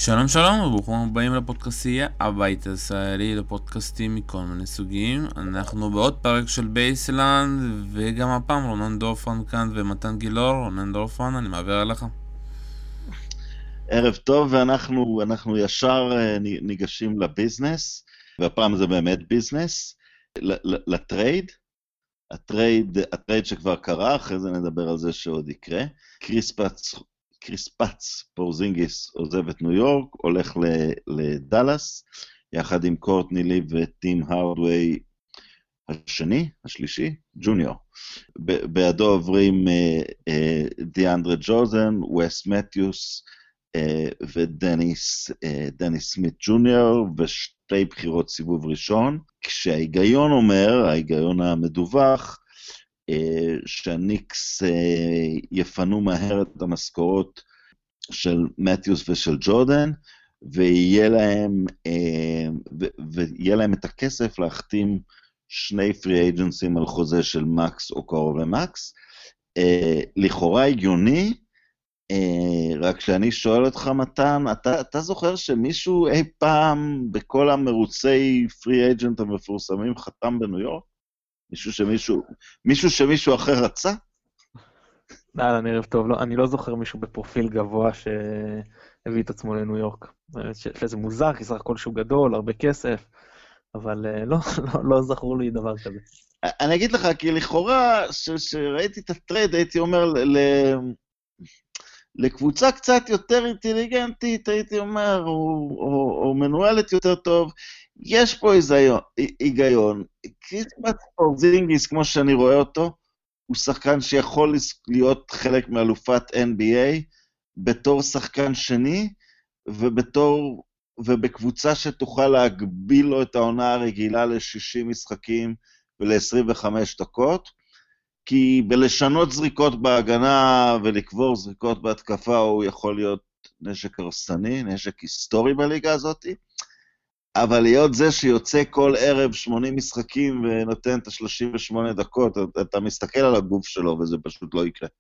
שלום שלום וברוכים הבאים לפודקאסטייה, הבית הישראלי לפודקאסטים מכל מיני סוגים. אנחנו בעוד פרק של בייסלנד, וגם הפעם רונן דורפן כאן ומתן גילאור. רונן דורפן, אני מעביר אליך. ערב טוב, ואנחנו ישר ניגשים לביזנס, והפעם זה באמת ביזנס, לטרייד, הטרייד שכבר קרה, אחרי זה נדבר על זה שעוד יקרה. קריספץ פורזינגיס עוזב את ניו יורק, הולך לדלס, יחד עם קורטני לי וטים הארדווי השלישי, ג'וניור. בידו עוברים דיאנדרה ג'וזן, וס מתיוס, ודניס סמית ג'וניור, ושתי בחירות סיבוב ראשון, כשההיגיון אומר, ההיגיון המדווח, שהניקס יפנו מהר את המשכורות של מתיוס ושל ג'ורדן, ויהיה להם את הכסף להחתים שני פרי אייג'נסים על חוזה של מקס או קרוב למקס. לכאורה הגיוני, רק שאני שואל אותך מתן, אתה זוכר שמישהו אי פעם בכל המרוצי פרי אייג'נט המפורסמים חתם בניו יורק? מישהו שמישהו אחר רצה? אני ערב טוב, אני לא זוכר מישהו בפרופיל גבוה שהביא את עצמו לניו יורק. שזה מוזר, כי סך הכל שהוא גדול, הרבה כסף, אבל לא זכור לי דבר כזה. אני אגיד לך, כי לכאורה, שראיתי את הטרייד, הייתי אומר, לקבוצה קצת יותר אינטליגנטית, הייתי אומר, או מנוהלת יותר טוב, יש פה היגיון. קריספץ פורזינגיס, כמו שאני רואה אותו, הוא שחקן שיכול להיות חלק מאלופת NBA, בתור שחקן שני, ובקבוצה שתוכל להגביל לו את העונה הרגילה ל-60 משחקים ול-25 דקות, כי בלשנות זריקות בהגנה ולקבור זריקות בהתקפה, הוא יכול להיות נשק הרסני, נשק היסטורי בליגה הזאת, אבל להיות זה שיוצא כל ערב 80 משחקים ונותן את ה-38 דקות, אתה מסתכל על הגוף שלו וזה פשוט לא יקרה.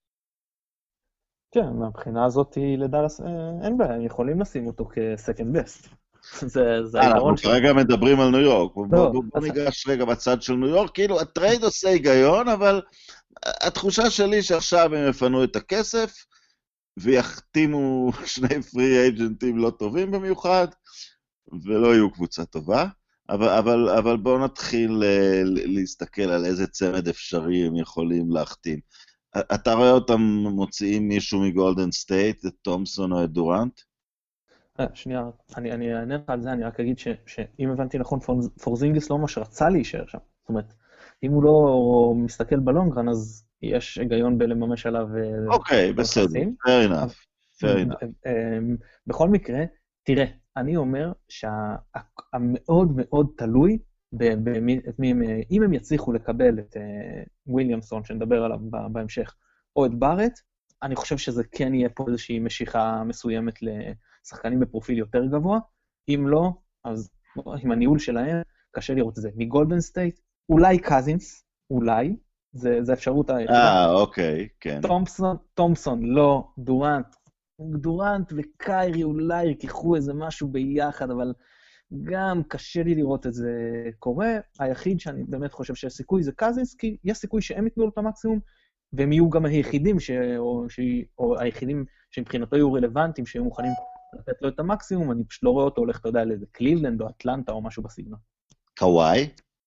כן, מהבחינה הזאת לדלס אין בעיה, יכולים לשים אותו כסקנד בסט. זה העיקרון שלו. אנחנו כרגע מדברים על ניו יורק, בוא ניגש רגע בצד של ניו יורק, כאילו הטרייד עושה היגיון, אבל התחושה שלי שעכשיו הם יפנו את הכסף, ויחתימו שני פרי אייג'נטים לא טובים במיוחד, ולא יהיו קבוצה טובה, אבל בואו נתחיל להסתכל על איזה צמד אפשרי הם יכולים להחתים. אתה רואה אותם מוציאים מישהו מגולדן סטייט, את תומפסון או את דורנט? שנייה, אני אענה לך על זה, אני רק אגיד שאם הבנתי נכון, פורזינגיס לא ממש רצה להישאר שם. זאת אומרת, אם הוא לא מסתכל בלונגרן, אז יש היגיון בלממש עליו... אוקיי, בסדר, fair enough. בכל מקרה, תראה, אני אומר שהמאוד מאוד תלוי אם הם יצליחו לקבל את וויליאמסון, שנדבר עליו בהמשך, או את בארט, אני חושב שזה כן יהיה פה איזושהי משיכה מסוימת לשחקנים בפרופיל יותר גבוה. אם לא, אז עם הניהול שלהם, קשה לראות את זה. מגולדן סטייט, אולי קזינס, אולי, זה אפשרות היחידה. אוקיי, כן. תומפסון, לא, דורנט וקיירי אולי ירקיחו איזה משהו ביחד, אבל גם קשה לי לראות את זה קורה. היחיד שאני באמת חושב שיש סיכוי זה קזינס, כי יש סיכוי שהם יתנו לו את המקסימום, והם יהיו גם היחידים, או היחידים שמבחינתו יהיו רלוונטיים, שהם מוכנים לתת לו את המקסימום. אני פשוט לא רואה אותו הולך, אתה יודע, לאיזה קליבלנד או אטלנטה או משהו בסגנון. קוואי?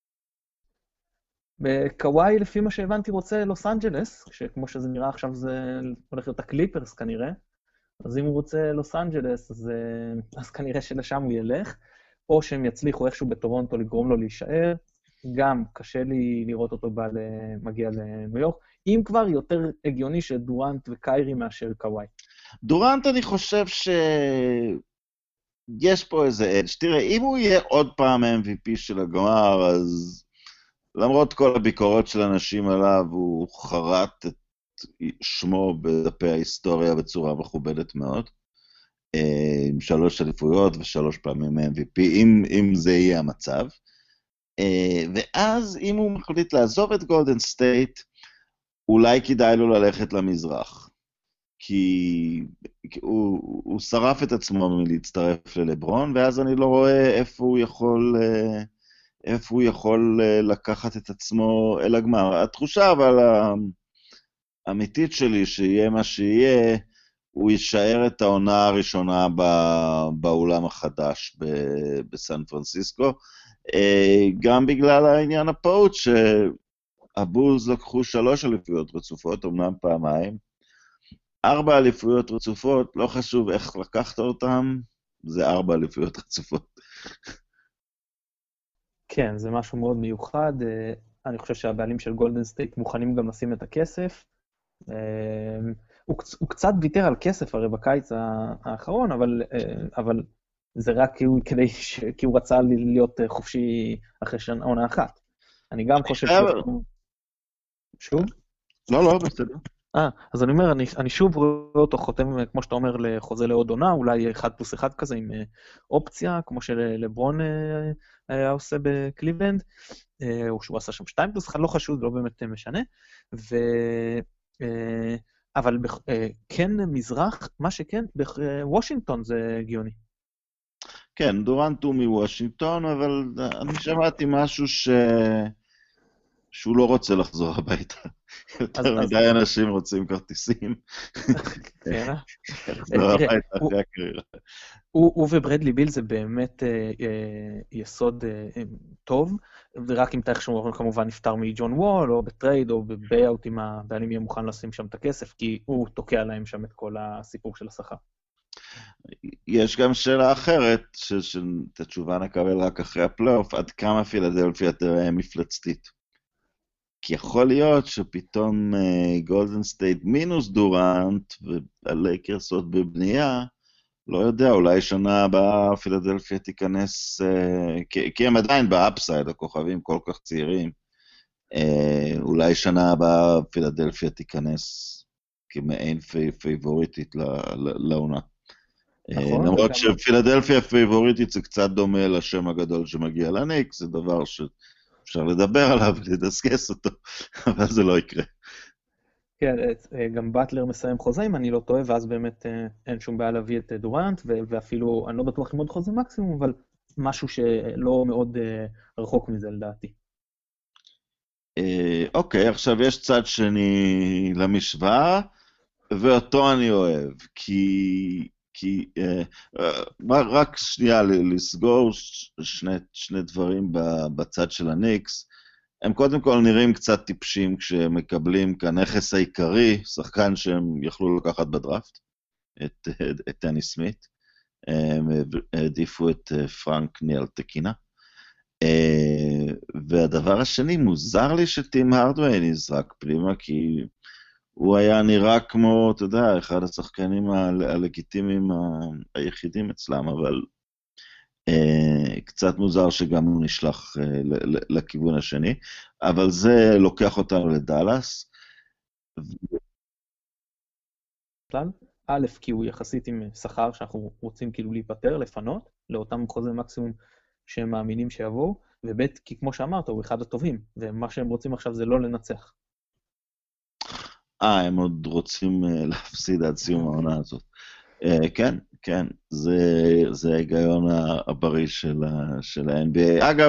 בקוואי, לפי מה שהבנתי, רוצה לוס אנג'לס, שכמו שזה נראה עכשיו זה הולך להיות הקליפרס כנראה, אז אם הוא רוצה לוס אנג'לס, אז כנראה שלשם הוא ילך, או שהם יצליחו איכשהו בטורונטו לגרום לו להישאר, גם קשה לי לראות אותו מגיע לניו יורק, אם כבר יותר הגיוני שדורנט וקיירי מאשר קוואי. דורנט אני חושב שיש פה איזה אדג'. תראה, אם הוא יהיה עוד פעם MVP של הגמר, אז למרות כל הביקורות של אנשים עליו, הוא חרט את שמו בדפי ההיסטוריה בצורה מכובדת מאוד, עם 3 אליפויות ו3 פעמים MVP, אם זה יהיה המצב. ואז אם הוא מחליט לעזוב את גולדן סטייט, אולי כדאי לו ללכת למזרח. כי הוא שרף את עצמו מלהצטרף ללברון, ואז אני לא רואה איפה הוא יכול לקחת את עצמו אל הגמר. התחושה אבל האמיתית שלי שיהיה מה שיהיה, הוא יישאר את העונה הראשונה באולם החדש בסן פרנסיסקו, גם בגלל העניין הפעוט שהבולס לקחו 3 אליפויות רצופות, אמנם פעמיים, 4 אליפויות רצופות, לא חשוב איך לקחת אותם, זה 4 אליפויות רצופות. כן, זה משהו מאוד מיוחד. אני חושב שהבעלים של גולדן סטייט מוכנים גם לשים את הכסף. הוא קצת ויתר על כסף הרי בקיץ האחרון, אבל זה רק כי הוא רצה להיות חופשי אחרי עונה אחת. אני גם חושב שוב? לא, בסדר. אז אני אומר, אני שוב רואה אותו חותם, כמו שאתה אומר, לחוזה לעוד עונה, אולי 1+1 כזה עם אופציה, כמו שלברון היה עושה בקליבלנד, או שהוא עשה שם 2+1, לא חשוב, לא באמת משנה, אבל כן מזרח, מה שכן, בוושינגטון זה הגיוני. כן, דורנט הוא מוושינגטון, אבל אני שמעתי משהו שהוא לא רוצה לחזור הביתה. יותר מדי אנשים רוצים כרטיסים. כן, לחזור הביתה אחרי הקריירה. הוא וברדלי ביל זה באמת יסוד טוב, ורק אם תכף כמובן נפטר מג'ון וול, או בטרייד, או בביי-אוט, אם הבעלים יהיה מוכן לשים שם את הכסף, כי הוא תוקע להם שם את כל הסיפור של השכר. יש גם שאלה אחרת, שאת התשובה נקבל רק אחרי הפלייאוף, עד כמה פילדלפיה תראה מפלצתית. כי יכול להיות שפתאום גולדן סטייט מינוס דורנט, והלייקרס עוד בבנייה, לא יודע, אולי שנה הבאה פילדלפיה תיכנס, כי הם עדיין באפסייד, הכוכבים כל כך צעירים, אולי שנה הבאה פילדלפיה תיכנס כמעין פייבוריטית לעונה. למרות שפילדלפיה פייבוריטית זה קצת דומה לשם הגדול שמגיע לניקס, זה דבר שאפשר לדבר עליו ולדסקס אותו, אבל זה לא יקרה. כן, גם באטלר מסיים חוזה, אם אני לא טועה, ואז באמת אין שום בעיה להביא את דורנט, ואפילו, אני לא בטוח עם עוד חוזה מקסימום, אבל משהו שלא מאוד רחוק מזה לדעתי. אוקיי, עכשיו יש צד שני למשוואה, ואותו אני אוהב, כי רק שנייה לסגור שני דברים בצד של הניקס, הם קודם כל נראים קצת טיפשים כשמקבלים כנכס העיקרי, שחקן שהם יכלו לקחת בדראפט, את טני סמית, הם העדיפו את פרנק ניאלטקינה, והדבר השני, מוזר לי שטים הרדווי נזרק פנימה, כי הוא היה נראה כמו, אתה יודע, אחד השחקנים הלגיטימיים היחידים אצלם, אבל קצת מוזר שגם הוא נשלח לכיוון השני, אבל זה לוקח אותנו לדלס. א', כי הוא יחסית עם שכר שאנחנו רוצים כאילו להיפטר, לפנות, לאותם חוזה מקסימום שהם מאמינים שיבואו, וב' כי כמו שאמרת, הוא אחד הטובים, ומה שהם רוצים עכשיו זה לא לנצח. הם עוד רוצים להפסיד עד סיום העונה הזאת. כן, זה ההיגיון הבריא של ה-NBA. אגב,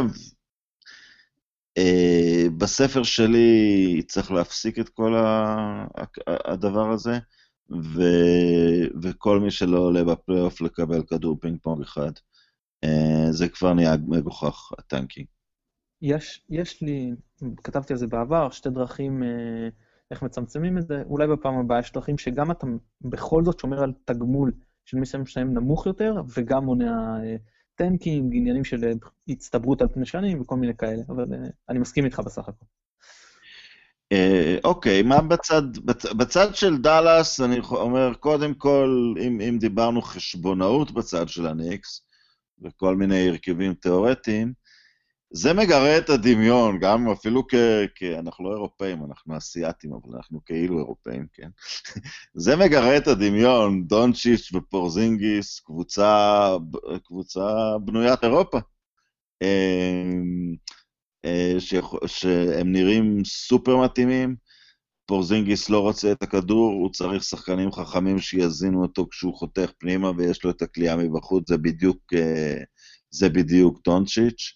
בספר שלי צריך להפסיק את כל הדבר הזה, וכל מי שלא עולה בפלייאוף לקבל כדור פינג פונג אחד. זה כבר נהיה מגוחך, הטנקינג. יש לי, כתבתי על זה בעבר, 2 דרכים איך מצמצמים את זה, אולי בפעם הבאה יש דרכים שגם אתה בכל זאת שומר על תגמול של מסיים שלהם נמוך יותר, וגם מונע טנקינג, עניינים של הצטברות על פני שנים וכל מיני כאלה, אבל אני מסכים איתך בסך הכל. אוקיי, מה בצד של דלס, אני אומר, קודם כל, אם דיברנו חשבונאות בצד של הניקס, וכל מיני הרכבים תיאורטיים, זה מגרה את הדמיון, גם אפילו אנחנו לא אירופאים, אנחנו אסיאטים, אבל אנחנו כאילו אירופאים, כן? זה מגרה את הדמיון, דונצ'יץ' ופורזינגיס, קבוצה בנוית אירופה, שהם נראים סופר מתאימים, פורזינגיס לא רוצה את הכדור, הוא צריך שחקנים חכמים שיזינו אותו כשהוא חותך פנימה ויש לו את הקליעה מבחוץ, זה בדיוק דונצ'יץ'.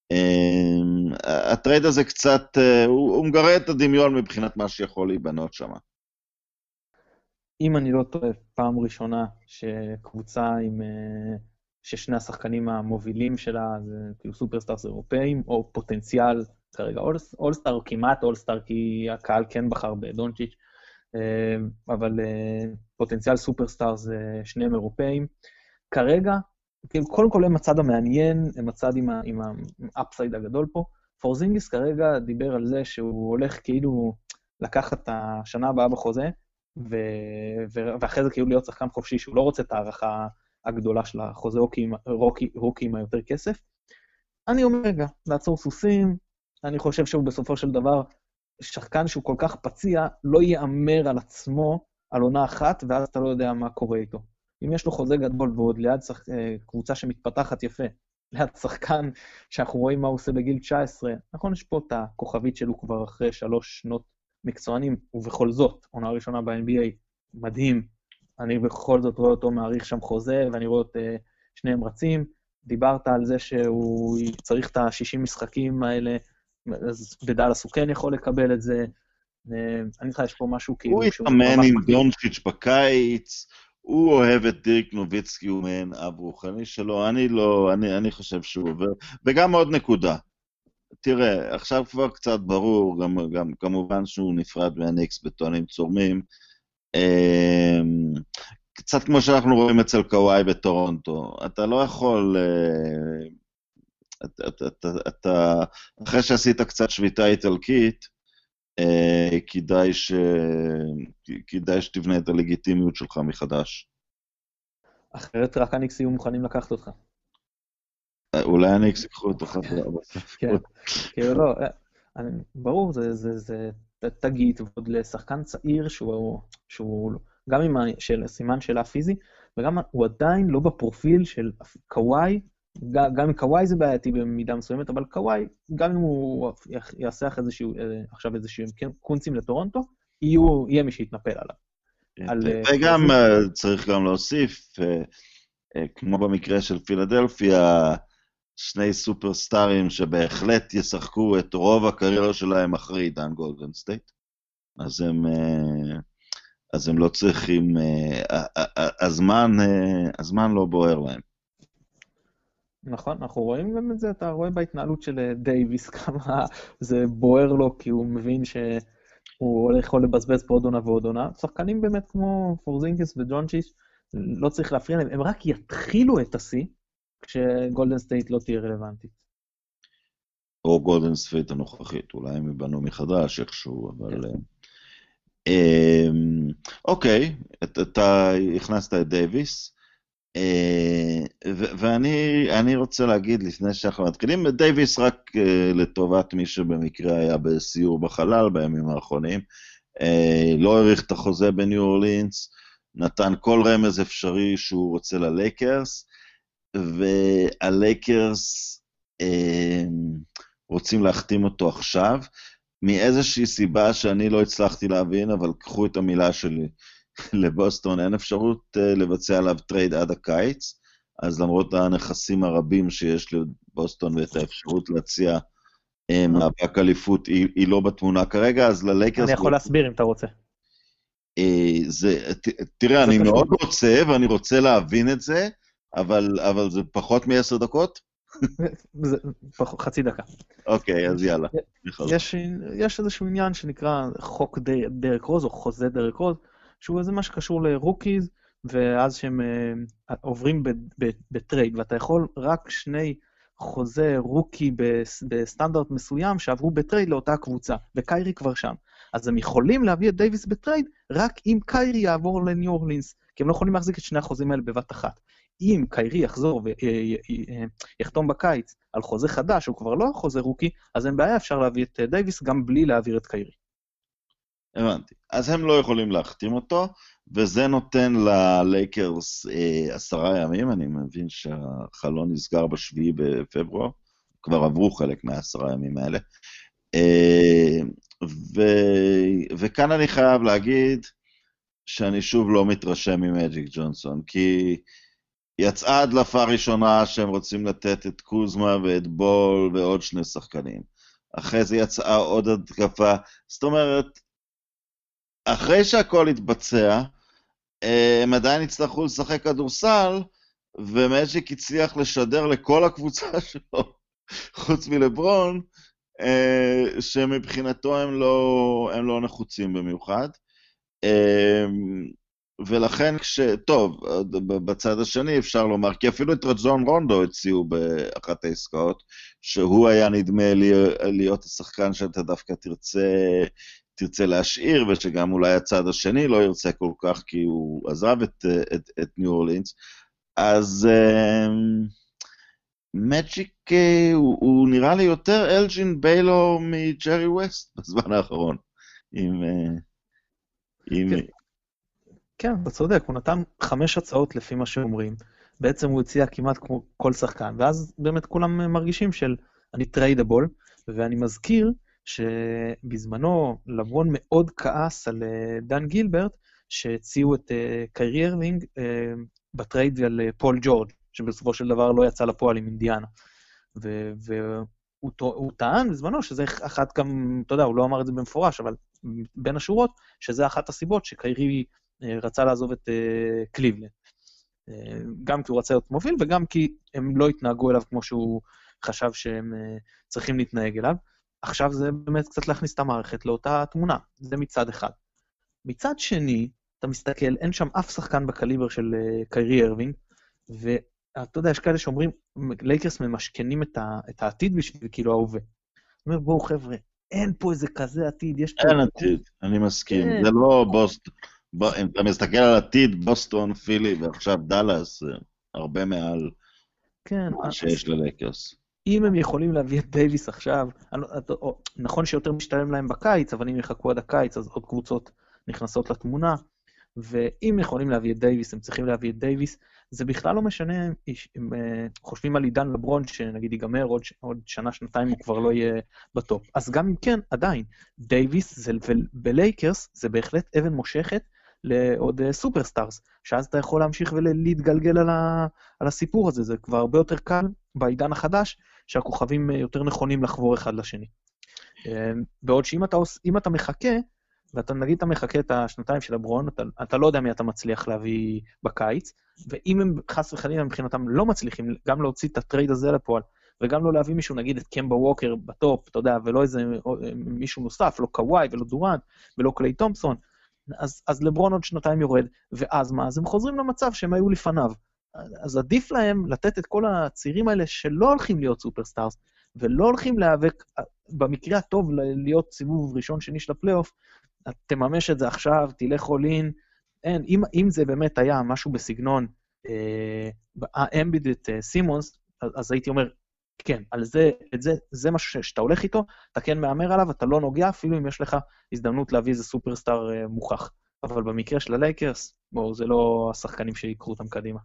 הטרייד הזה קצת, הוא מגרה את הדמיון מבחינת מה שיכול להיבנות שם. אם אני לא טועה, פעם ראשונה שקבוצה ששני השחקנים המובילים שלה זה כאילו סופרסטארס אירופאים, או פוטנציאל כרגע אולסטאר, או כמעט אולסטאר, כי הקהל כן בחר בדונצ'יץ', אבל פוטנציאל סופרסטארס זה שניהם אירופאים. כרגע, כאילו קודם כל הם הצד המעניין, הם הצד עם האפסייד הגדול פה. פורזינגיס כרגע דיבר על זה שהוא הולך כאילו לקחת את השנה הבאה בחוזה, ואחרי זה כאילו להיות שחקן חופשי, שהוא לא רוצה את הערכה הגדולה של החוזה רוקי עם היותר כסף. אני אומר רגע, לעצור סוסים, אני חושב שהוא בסופו של דבר, שחקן שהוא כל כך פציע, לא יאמר על עצמו על עונה אחת, ואז אתה לא יודע מה קורה איתו. אם יש לו חוזה גדול ועוד ליד קבוצה שמתפתחת יפה, ליד שחקן שאנחנו רואים מה הוא עושה בגיל 19, נכון, יש פה את הכוכבית שלו כבר אחרי 3 שנות מקצוענים, ובכל זאת, עונה ראשונה ב-NBA, מדהים, אני בכל זאת רואה אותו מעריך שם חוזה, ואני רואה את שניהם רצים, דיברת על זה שהוא צריך את ה-60 משחקים האלה, אז בדלס הוא כן יכול לקבל את זה, אני חושב, יש פה משהו כאילו... הוא התאמן עם דונצ'יץ' בקיץ, הוא אוהב את דירק נוביצקי, הוא מעין אב רוחני שלו, אני חושב שהוא עובר, וגם עוד נקודה, תראה, עכשיו כבר קצת ברור, גם כמובן שהוא נפרד מהניקס בטונים צורמים, קצת כמו שאנחנו רואים אצל קוואי בטורונטו, אתה לא יכול, אתה אחרי שעשית קצת שביתה איטלקית, כדאי שתבנה את הלגיטימיות שלך מחדש. אחרת רק הניקס יהיו מוכנים לקחת אותך. אולי הניקס ייקחו את אחת בסוף. כן, כאילו לא, ברור, זה תגיד, ועוד לשחקן צעיר שהוא גם עם סימן שאלה פיזי, וגם הוא עדיין לא בפרופיל של קוואי, גם עם קוואי זה בעייתי במידה מסוימת, אבל קוואי, גם אם הוא יעשה עכשיו איזשהו קונצים לטורונטו, יהיה מי שיתנפל עליו. וגם צריך גם להוסיף, כמו במקרה של פילדלפיה, 2 סופרסטארים שבהחלט ישחקו את רוב הקריירה שלהם אחרי עידן גולדן סטייט, אז הם לא צריכים, הזמן לא בוער להם. נכון, אנחנו רואים גם את זה, אתה רואה בהתנהלות של דייביס כמה זה בוער לו, כי הוא מבין שהוא יכול לבזבז פה עוד עונה ועוד עונה. שחקנים באמת כמו פורזינגיס וג'ונצ'יץ' לא צריך להפריע להם, הם רק יתחילו את השיא, כשגולדן סטייט לא תהיה רלוונטית. או גולדן סטייט הנוכחית, אולי הם יבנו מחדש איכשהו, אבל... אוקיי, אתה הכנסת את דייביס, ואני רוצה להגיד לפני שאנחנו מתחילים, דייביס רק לטובת מי שבמקרה היה בסיור בחלל בימים האחרונים, לא העריך את החוזה בניו אורלינס, נתן כל רמז אפשרי שהוא רוצה ללייקרס, והלייקרס רוצים להחתים אותו עכשיו, מאיזושהי סיבה שאני לא הצלחתי להבין, אבל קחו את המילה שלי לבוסטון, אין אפשרות לבצע עליו טרייד עד הקיץ, אז למרות הנכסים הרבים שיש לבוסטון ואת האפשרות להציע מאבק אליפות, היא לא בתמונה כרגע, אז ללייקרס... אני יכול להסביר אם אתה רוצה. תראה, אני מאוד רוצה, ואני רוצה להבין את זה, אבל זה פחות מ10 דקות? חצי דקה. אוקיי, אז יאללה. יש איזשהו עניין שנקרא חוק דרק רוז, או חוזה דרק רוז, שהוא איזה מה שקשור לרוקיז, ואז שהם עוברים בטרייד, ואתה יכול רק 2 חוזה רוקי בסטנדרט מסוים, שעברו בטרייד לאותה קבוצה, וקיירי כבר שם. אז הם יכולים להביא את דייביס בטרייד, רק אם קיירי יעבור לניו אורלינס, כי הם לא יכולים להחזיק את 2 החוזים האלה בבת אחת. אם קיירי יחזור ויחתום בקיץ על חוזה חדש, הוא כבר לא חוזה רוקי, אז אין בעיה, אפשר להביא את דייביס גם בלי להעביר את קיירי. הבנתי. אז הם לא יכולים להחתים אותו, וזה נותן ללייקרס 10 ימים, אני מבין שהחלון נסגר ב7 בפברואר, כבר עברו חלק מה10 ימים האלה. וכאן אני חייב להגיד שאני שוב לא מתרשם ממג'יק ג'ונסון, כי יצאה הדלפה ראשונה שהם רוצים לתת את קוזמה ואת בול ועוד שני שחקנים. אחרי זה יצאה עוד הדלפה, זאת אומרת, אחרי שהכל התבצע, הם עדיין יצטרכו לשחק כדורסל, ומג'יק הצליח לשדר לכל הקבוצה שלו, חוץ מלברון, שמבחינתו הם לא נחוצים במיוחד. ולכן טוב, בצד השני אפשר לומר, כי אפילו את רזון רונדו הציעו באחת העסקאות, שהוא היה נדמה להיות השחקן שאתה דווקא תרצה להשאיר, ושגם אולי הצד השני לא ירצה כל כך, כי הוא עזב את ניו אורלינס. אז מג'יק הוא נראה לי יותר אלג'ין ביילו מג'רי ווסט בזמן האחרון. כן, אתה צודק, הוא נתן 5 הצעות לפי מה שאומרים. בעצם הוא הציע כמעט כמו כל שחקן, ואז באמת כולם מרגישים של אני טריידבול, ואני מזכיר שבזמנו לברון מאוד כעס על דן גילברט, שהציעו את קיירי ארווינג בטרייד על פול ג'ורג', שבסופו של דבר לא יצא לפועל עם אינדיאנה. והוא טען בזמנו שזה אחת גם, אתה יודע, הוא לא אמר את זה במפורש, אבל בין השורות, שזה אחת הסיבות שקיירי רצה לעזוב את קליבלנד. גם כי הוא רצה להיות מוביל, וגם כי הם לא התנהגו אליו כמו שהוא חשב שהם צריכים להתנהג אליו. עכשיו זה באמת קצת להכניס את המערכת לאותה תמונה. זה מצד אחד. מצד שני, אתה מסתכל, אין שם אף שחקן בקליבר של קיירי ארווינג, ואתה יודע, יש כאלה שאומרים, לייקרס ממשכנים את העתיד בשביל כאילו ההווה. זאת אומרת, בואו חבר'ה, אין פה איזה כזה עתיד, יש פה... אין עתיד, אני מסכים, זה לא בוסטון. אם אתה מסתכל על עתיד, בוסטון, פילי, ועכשיו דלס, הרבה מעל מה שיש ללייקרס. אם הם יכולים להביא את דייביס עכשיו, נכון שיותר משתלם להם בקיץ, אבל אם יחכו עד הקיץ, אז עוד קבוצות נכנסות לתמונה, ואם יכולים להביא את דייביס, הם צריכים להביא את דייביס, זה בכלל לא משנה, אם חושבים על עידן לברון, שנגיד ייגמר עוד שנה, שנתיים, הוא כבר לא יהיה בטופ. אז גם אם כן, עדיין, דייביס בלייקרס, זה בהחלט אבן מושכת, לעוד סופרסטארס, שאז אתה יכול להמשיך ולהתגלגל על הסיפור הזה, זה כבר הרבה יותר קל בעידן החדש, שהכוכבים יותר נכונים לחבור אחד לשני. בעוד שאם אתה מחכה, ואתה נגיד אתה מחכה את השנתיים של לברון, אתה לא יודע מי אתה מצליח להביא בקיץ, ואם הם חס וחלילה מבחינתם לא מצליחים גם להוציא את הטרייד הזה לפועל, וגם לא להביא מישהו, נגיד את קמבה ווקר בטופ, אתה יודע, ולא איזה מישהו נוסף, לא קוואי ולא דורנט, ולא קליי תומפסון, אז לברון עוד שנתיים יורד, ואז מה? אז הם חוזרים למצב שהם היו לפניו. אז עדיף להם לתת את כל הצעירים האלה שלא הולכים להיות סופרסטארס, ולא הולכים להיאבק, במקרה הטוב להיות סיבוב ראשון שני של הפלייאוף, תממש את זה עכשיו, תלך אולין, אם זה באמת היה משהו בסגנון, אמביד את סימונס, אז הייתי אומר, כן, זה משהו שאתה הולך איתו, אתה כן מאמר עליו, אתה לא נוגע, אפילו אם יש לך הזדמנות להביא איזה סופרסטאר מוכח. אבל במקרה של הלייקרס, זה לא השחקנים שיקחו אותם קדימה.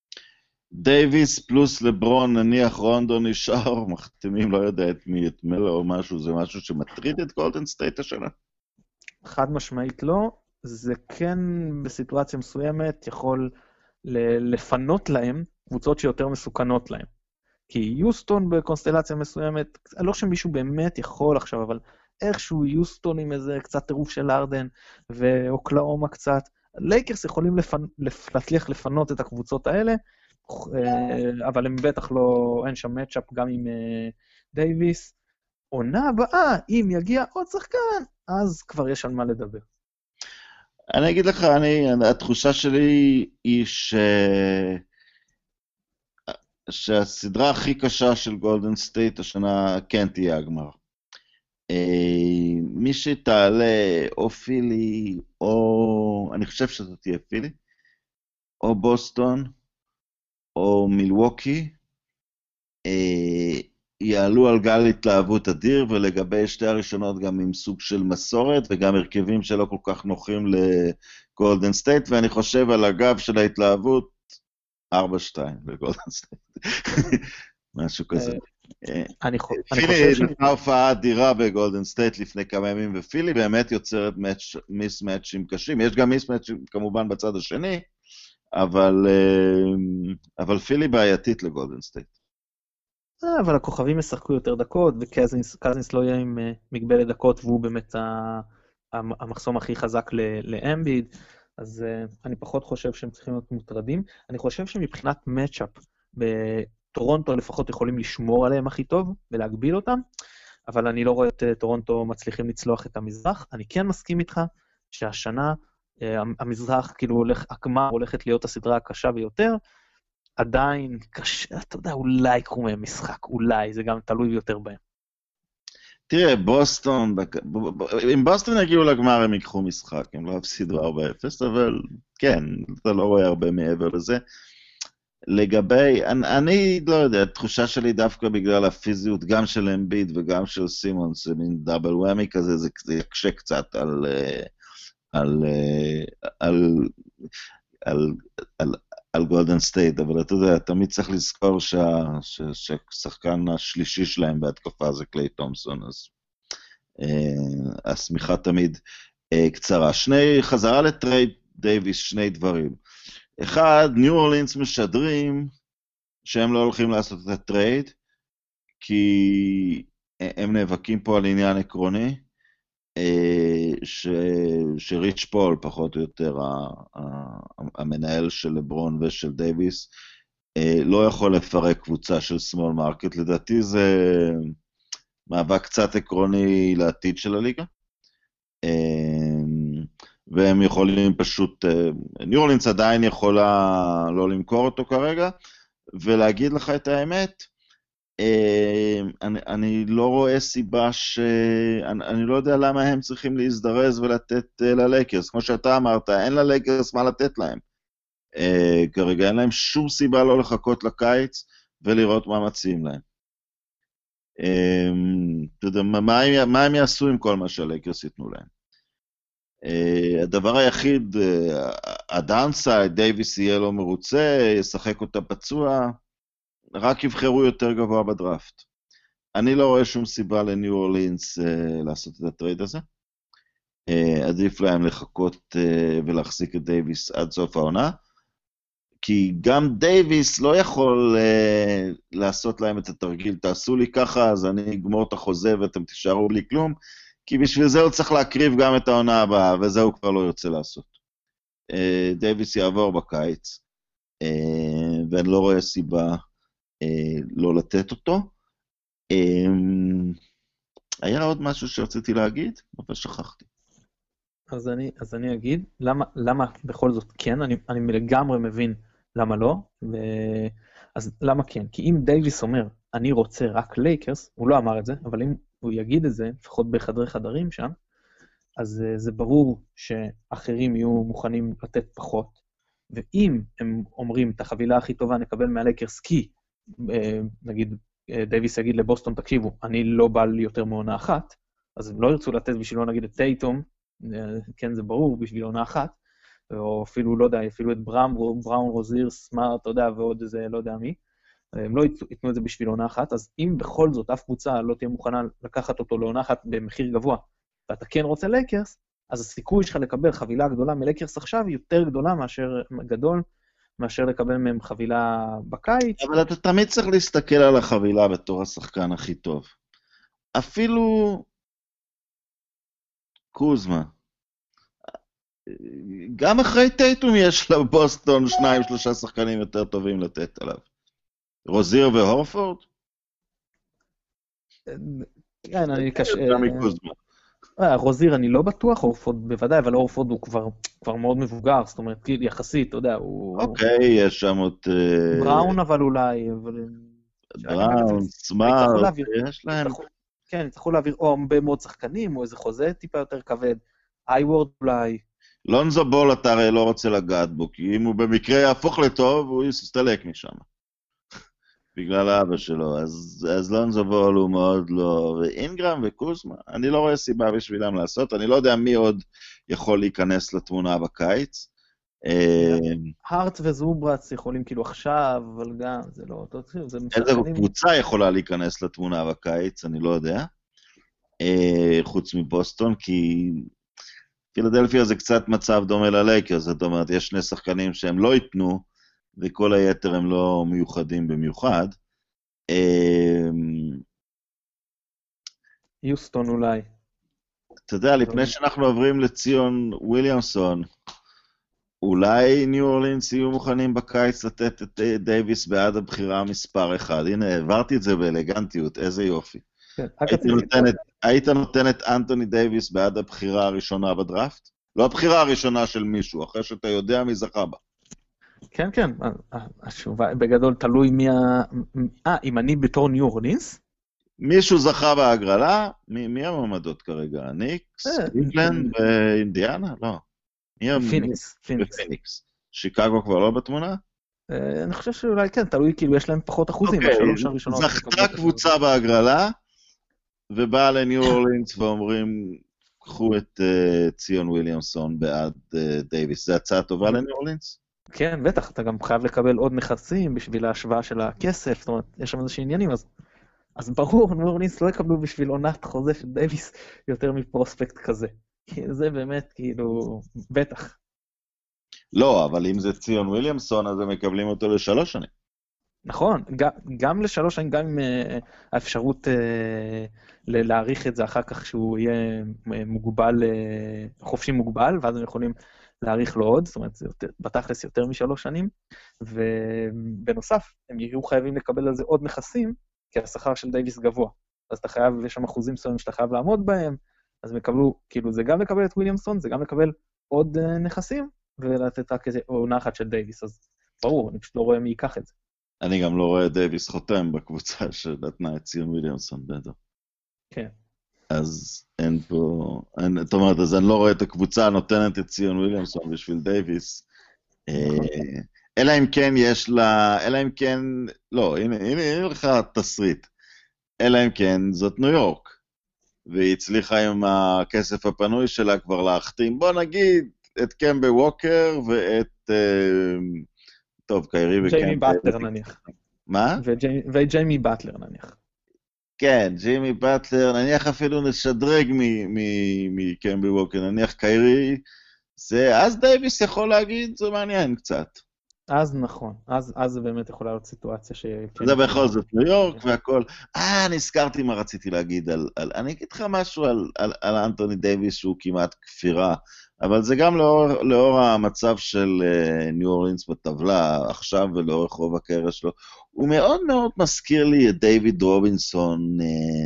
דייביס פלוס לברון, נניח רונדו נשאר, מחתימים, לא יודע את מי, את מלו או משהו, זה משהו שמטריד את גולדן סטייט השנה? חד משמעית לא, זה כן בסיטואציה מסוימת יכול לפנות להם קבוצות שיותר מסוכנות להם. כי יוסטון בקונסטלציה מסוימת, לא שמישהו באמת יכול עכשיו, אבל איכשהו יוסטון עם איזה קצת טירוף של ארדן, ואוקלאומה קצת, לייקרס יכולים להצליח לפנות את הקבוצות האלה, אבל הם בטח לא, אין שם מאצ'אפ גם עם דייביס. עונה הבאה, אם יגיע עוד שחקן, אז כבר יש על מה לדבר. אני אגיד לך, התחושה שלי היא שהסדרה הכי קשה של גולדן סטייט השנה כן תהיה הגמר. מי שתעלה או פילי, או אני חושב שזאת תהיה פילי, או בוסטון, או מילווקי, יעלו על גל התלהבות אדיר, ולגבי שתי הראשונות גם עם סוג של מסורת, וגם הרכבים שלא כל כך נוחים לגולדן סטייט, ואני חושב על הגב של ההתלהבות, 4-2 בגולדן סטייט. משהו כזה. אני חושב פילי נתנה הופעה אדירה בגולדן סטייט לפני כמה ימים, ופילי באמת יוצרת מיסמאצ'ים קשים. יש גם מיסמאצ'ים כמובן בצד השני, אבל פילי בעייתית לגולדן סטייט. אבל הכוכבים ישחקו יותר דקות, וקזינס לא יהיה עם מגבלת דקות, והוא באמת המחסום הכי חזק לאמביד, אז אני פחות חושב שהם צריכים להיות מוטרדים. אני חושב שמבחינת מאצ'אפ, בטורונטו לפחות יכולים לשמור עליהם הכי טוב, ולהגביל אותם, אבל אני לא רואה את טורונטו מצליחים לצלוח את המזרח. אני כן מסכים איתך שהשנה המזרח, כאילו הגמר הולכת להיות הסדרה הקשה ביותר, עדיין קשה, אתה יודע, אולי יקחו מהם משחק, אולי, זה גם תלוי יותר בהם. תראה, בוסטון, אם בוסטון יגיעו לגמר הם ייקחו משחק, הם לא הפסידו 4-0, אבל כן, אתה לא רואה הרבה מעבר לזה. לגבי, אני לא יודע, התחושה שלי דווקא בגלל הפיזיות, גם של אמביד וגם של סימונס, זה מין דאבל וואמי כזה, זה יקשה קצת על גולדן סטייט, אבל אתה יודע, תמיד צריך לזכור שהשחקן השלישי שלהם בהתקפה זה קליי תומפסון, אז הסמיכה תמיד קצרה. חזרה לטרייד דייביס, שני דברים. אחד, ניו אורלינס משדרים שהם לא הולכים לעשות את הטרייד, כי הם נאבקים פה על עניין עקרוני, שריץ' פול, פחות או יותר, המנהל של לברון ושל דייביס, לא יכול לפרק קבוצה של סמול מרקט. לדעתי זה מאבק קצת עקרוני לעתיד של הליגה, והם יכולים פשוט, ניו אורלינס עדיין יכולה לא למכור אותו כרגע, ולהגיד לך את האמת, אני לא רואה סיבה אני לא יודע למה הם צריכים להזדרז ולתת ללייקרס, כמו שאתה אמרת, אין ללייקרס מה לתת להם. כרגע אין להם שום סיבה לא לחכות לקיץ ולראות מה מציעים להם. אתה יודע, מה הם יעשו עם כל מה שהלייקרס ייתנו להם? הדבר היחיד, הדאונסייד, דייביס יהיה לא מרוצה, ישחק אותה פצוע, רק יבחרו יותר גבוה בדראפט. אני לא רואה שום סיבה לניו אורלינס לעשות את הטרייד הזה. עדיף להם לחכות ולהחזיק את דייביס עד סוף העונה, כי גם דייביס לא יכול לעשות להם את התרגיל, תעשו לי ככה, אז אני אגמור את החוזה ואתם תישארו בלי כלום, כי בשביל זה הוא צריך להקריב גם את העונה הבאה, וזה הוא כבר לא יוצא לעשות. דייביס יעבור בקיץ, ואני לא רואה סיבה לא לתת אותו. היה עוד משהו שרציתי להגיד, אבל שכחתי. אז אני אגיד, למה בכל זאת כן, אני לגמרי מבין למה לא, אז למה כן? כי אם דייביס אומר, אני רוצה רק לייקרס, הוא לא אמר את זה, אבל אם הוא יגיד את זה, לפחות בחדרי חדרים שם, אז זה ברור שאחרים יהיו מוכנים לתת פחות, ואם הם אומרים, את החבילה הכי טובה נקבל מהלייקרס, כי נגיד דייביס יגיד לבוסטון, תקשיבו, אני לא בא לי יותר מעונה אחת, אז הם לא ירצו לתת בשבילו נגיד את טייטום, כן זה ברור, בשביל עונה אחת, או אפילו, לא יודע, אפילו את בראון, רוזיר, סמארט, אתה יודע, ועוד איזה, לא יודע מי, הם לא ייתנו את זה בשביל עונה אחת, אז אם בכל זאת אף קבוצה לא תהיה מוכנה לקחת אותו לעונה אחת במחיר גבוה, ואתה כן רוצה לייקרס, אז הסיכוי שלך לקבל חבילה גדולה מלייקרס עכשיו היא יותר גדולה מאשר לקבל מהם חבילה בקיץ. אבל אתה תמיד צריך להסתכל על החבילה בתור השחקן הכי טוב. אפילו קוזמה. גם אחרי טייטום יש לבוסטון 2-3 שחקנים יותר טובים לתת עליו. רוזיר והורפורד? כן, אני קשה... גם מקוזמה. רוזיר אני לא בטוח, אורפורד בוודאי, אבל אורפורד הוא כבר מאוד מבוגר, זאת אומרת, יחסית, אתה יודע, הוא... אוקיי, יש שם עוד... בראון אבל אולי, בראון, סמארט, יש להם... כן, יצטרכו להעביר או הרבה מאוד שחקנים, או איזה חוזה טיפה יותר כבד, איי-וורד אולי... לונזו בול אתה הרי לא רוצה לגעת בו, כי אם הוא במקרה יהפוך לטוב, הוא יסתלק משם. בגלל האבא שלו, אז לונזו בול הוא מאוד לא... ואינגרם וקוזמה, אני לא רואה סיבה בשבילם לעשות, אני לא יודע מי עוד יכול להיכנס לתמונה בקיץ, הארט וזוברץ יכולים כאילו עכשיו, אבל גם זה לא אותו, זה איזה משחקנים... קבוצה יכולה להיכנס לתמונה בקיץ, אני לא יודע. חוץ מבוסטון, כי פילדלפיה זה קצת מצב דומה ללייקרס, זאת אומרת, יש שני שחקנים שהם לא ייתנו, וכל היתר הם לא מיוחדים במיוחד. יוסטון אולי. אתה יודע, לפני שאנחנו עוברים לציון וויליאמסון, אולי ניו אורלינס יהיו מוכנים בקיץ לתת את דייביס בעד הבחירה מספר 1. הנה, העברתי את זה באלגנטיות, איזה יופי. כן, היית נותן את אנטוני דייביס בעד הבחירה הראשונה בדראפט? לא הבחירה הראשונה של מישהו, אחרי שאתה יודע מי זכה בה. כן, כן, התשובה בגדול תלוי אם אני בתור ניו אורלינס? מישהו זכה בהגרלה? מי המעמדות כרגע? ניקס? קליבלנד ואינדיאנה? לא. פיניקס. שיקגו כבר לא בתמונה? אני חושב שאולי כן, תלוי כאילו יש להם פחות אחוזים בשלוש הראשונות. זכתה קבוצה בהגרלה, ובאה לניו אורלינס ואומרים, קחו את ציון וויליאמסון בעד דייביס. זה הצעה טובה לניו אורלינס? כן, בטח, אתה גם חייב לקבל עוד נכסים בשביל ההשוואה של הכסף, זאת אומרת, יש שם איזושהי עניינים, אז ברור, ניו אורלינס לא יקבלו בשביל עונת חוזה של דייביס יותר מפרוספקט כזה. זה באמת כאילו, בטח. לא, אבל אם זה ציון וויליאמסון, אז הם מקבלים אותו ל3 שנים. נכון, גם ל3 שנים, גם עם האפשרות להאריך את זה אחר כך שהוא יהיה מוגבל, חופשי מוגבל, ואז הם יכולים להאריך לו עוד, זאת אומרת, זה בתכלס יותר מ3 שנים, ובנוסף, הם יהיו חייבים לקבל על זה עוד נכסים, כי השכר של דייביס גבוה. אז אתה חייב, יש שם אחוזים מסוימים שאתה חייב לעמוד בהם, אז הם יקבלו, כאילו זה גם לקבל את וויליאמסון, זה גם לקבל עוד נכסים, ולתת רק איזה עונה אחת של דייביס, אז ברור, אני פשוט לא רואה מי ייקח את זה. אני גם לא רואה דייביס חותם בקבוצה שנתנה את ציון וויליאמסון בטח. כן. אז אין פה, זאת אומרת, אז אני לא רואה את הקבוצה הנותנת את ציון וויליאמסון בשביל דייביס, אלא אם כן יש לה, אלא אם כן, לא, הנה לך תסריט, אלא אם כן זאת ניו יורק, והיא הצליחה עם הכסף הפנוי שלה כבר להחתים, בוא נגיד, את קמבה ווקר ואת, טוב, קיירי וקמבה. ג'יימי באטלר נניח. מה? וג'יימי באטלר נניח. כן, ג'יימי באטלר, נניח אפילו נשדרג מקמבה ווקר, נניח קיירי, אז דייביס יכול להגיד, זה מעניין קצת. אז נכון, אז זה באמת יכולה להיות סיטואציה ש... זה בכל זאת ניו יורק והכל. נזכרתי מה רציתי להגיד אני אגיד לך משהו על אנטוני דייביס שהוא כמעט כפירה, אבל זה גם לאור המצב של ניו אורלינס בטבלה עכשיו ולאורך רוב הקריירה שלו. הוא מאוד מאוד מזכיר לי את דיוויד רובינסון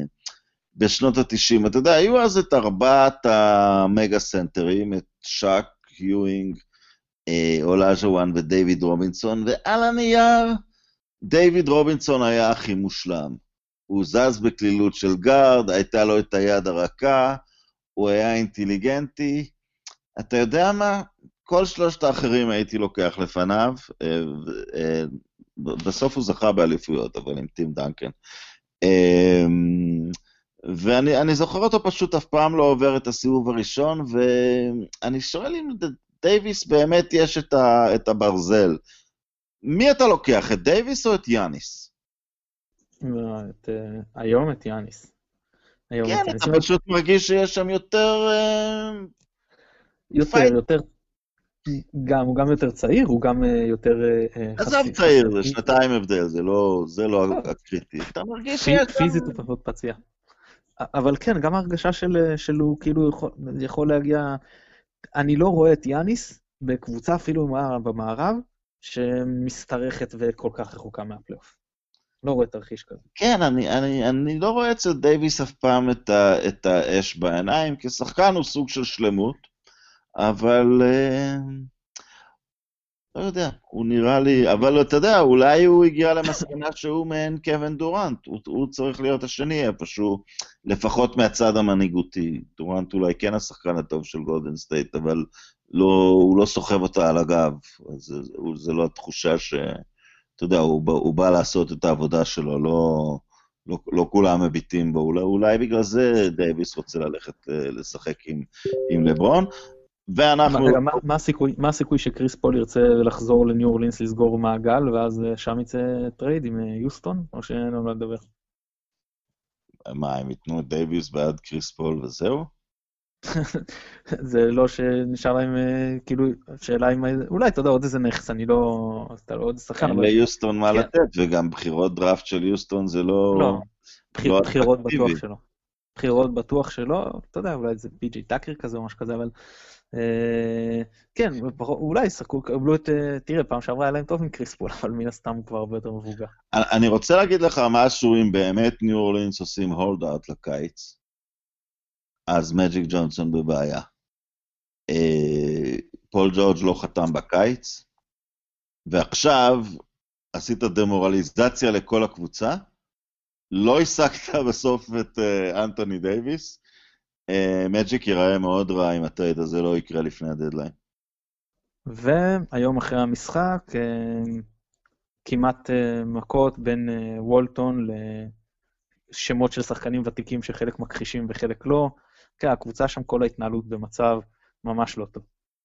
בשנות ה-90. אתה יודע, היו אז את 4 המגה סנטרים, את שק, היואינג, אולאז'וואן ודייוויד רובינסון, ועל הנייר, דיוויד רובינסון היה הכי מושלם. הוא זז בכלילות של גארד, הייתה לו את היד הרכה, הוא היה אינטליגנטי. אתה יודע מה? כל 3 האחרים הייתי לוקח לפניו, בסוף הוא זכה באליפויות, אבל עם טים דנקן. ואני זוכר אותו פשוט אף פעם לא עובר את הסיבוב הראשון, ואני שואל אם דייביס באמת יש את הברזל. מי אתה לוקח, את דייביס או את יאניס? היום את יאניס. כן, אתה פשוט מרגיש שיש שם יותר... יותר... הוא גם יותר צעיר, הוא גם יותר... עזב צעיר, זה 2 הבדל, זה לא הקריטי. אתה מרגיש שיש... פיזית הוא פחות פציע. אבל כן, גם ההרגשה שלו כאילו יכול להגיע... אני לא רואה את יאניס בקבוצה אפילו במערב, שמסתרכת וכל כך רחוקה מהפלייאוף. לא רואה תרחיש כזה. כן, אני לא רואה אצל דייביס אף פעם את האש בעיניים, כי שחקן הוא סוג של שלמות, אבל לא יודע, הוא נראה לי, אבל אתה יודע, אולי הוא הגיע למסקנה שהוא מעין קווין דורנט, הוא צריך להיות השני, פשוט לפחות מהצד המנהיגותי. דורנט אולי כן השחקן הטוב של גולדן סטייט, אבל הוא לא סוחב אותה על הגב, אז זה לא התחושה אתה יודע, הוא בא לעשות את העבודה שלו, לא כולם מביטים בו, אולי בגלל זה דייביס רוצה ללכת לשחק עם לברון. ואנחנו... רגע, מה הסיכוי שקריס פול ירצה לחזור לניו אורלינס לסגור מעגל, ואז שם יצא טרייד עם יוסטון, או שאין לנו לדבר? מה, הם ייתנו את דייביס בעד קריס פול וזהו? זה לא שנשאר להם, כאילו, שאלה אם... אולי, אתה יודע, עוד איזה נכס, אני לא... אתה לא עוד שחקן, אין ליוסטון מה לתת, וגם בחירות דראפט של יוסטון זה לא... לא, בחירות בטוח שלא. בחירות בטוח שלא, אתה יודע, אולי זה פי.ג'יי טאקר כזה או משהו כזה, אבל... כן, אולי ישחקו, קבלו את... תראה, פעם שעברה היה להם טוב עם קריס פול, אבל מן הסתם הוא כבר הרבה יותר מבוגר. אני רוצה להגיד לך משהו, אם באמת ניו אורלינס עושים הולד אאוט לקיץ, אז מג'יק ג'ונסון בבעיה. פול ג'ורג' לא חתם בקיץ, ועכשיו עשית דמורליזציה לכל הקבוצה, לא השגת בסוף את אנטוני דייביס, מג'יק ייראה מאוד רע אם הטרייד הזה לא יקרה לפני הדדליין. והיום אחרי המשחק, כמעט מכות בין וולטון לשמות של שחקנים ותיקים שחלק מכחישים וחלק לא. כן, הקבוצה שם כל ההתנהלות במצב ממש לא טוב.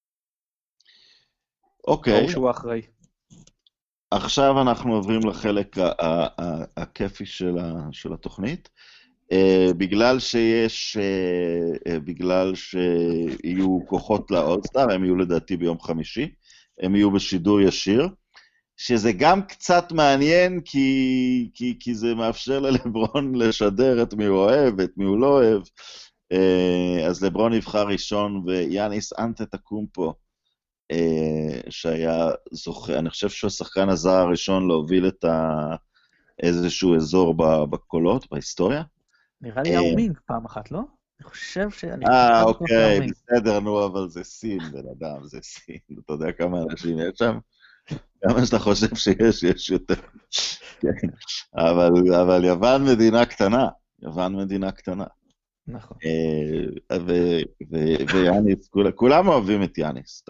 אוקיי. שהוא אחראי. עכשיו אנחנו עוברים לחלק הכיפי של התוכנית. בגלל שיהיו כוחות לאולסטאר, הם יהיו לדעתי ביום חמישי, הם יהיו בשידור ישיר, שזה גם קצת מעניין, כי זה מאפשר ללברון לשדר את מי הוא אוהב, את מי הוא לא אוהב, אז לברון נבחר ראשון, ויאניס אנטטוקומפו, שהיה זוכה, אני חושב שהוא השחקן הזר הראשון להוביל את איזשהו אזור בקולות, בהיסטוריה. נראה לי יאומינג פעם אחת, לא? אני חושב שאני... אוקיי, בסדר, נו, אבל זה סין, בן אדם, זה סין. אתה יודע כמה אנשים יש שם? כמה שאתה חושב יש יותר. אבל יוון מדינה קטנה. יוון מדינה קטנה. נכון. ויאניס, כולם אוהבים את יאניס.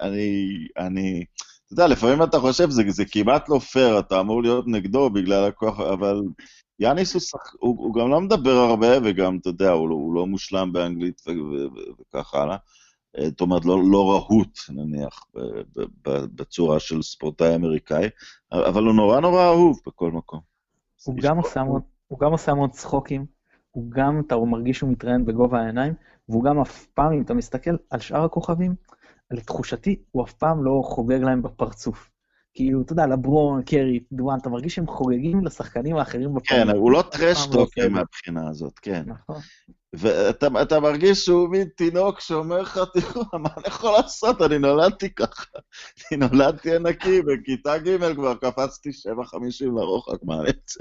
אתה יודע, לפעמים אתה חושב, זה כמעט לא פייר, אתה אמור להיות נגדו בגלל הכוח, אבל יאניס הוא גם לא מדבר הרבה, וגם, אתה יודע, הוא לא מושלם באנגלית וכך הלאה. זאת אומרת, לא רהוט, נניח, בצורה של ספורטאי אמריקאי, אבל הוא נורא נורא אהוב בכל מקום. הוא גם עושה המון צחוקים, אתה מרגיש שהוא מתראיין בגובה העיניים, והוא גם אף פעם, אם אתה מסתכל על שאר הכוכבים, לתחושתי, הוא אף פעם לא חוגג להם בפרצוף. כאילו, אתה יודע, לברון, קרי, דואן, אתה מרגיש שהם חוגגים לשחקנים האחרים בפרצוף. כן, הוא לא טרש טוב מהבחינה הזאת, כן. נכון. ואתה מרגיש שהוא מין תינוק שאומר לך, תראו, מה אני יכול לעשות? אני נולדתי ככה. אני נולדתי ענקי, בכיתה ג' כבר קפצתי 7.50 לרוחק, מה אני יוצא?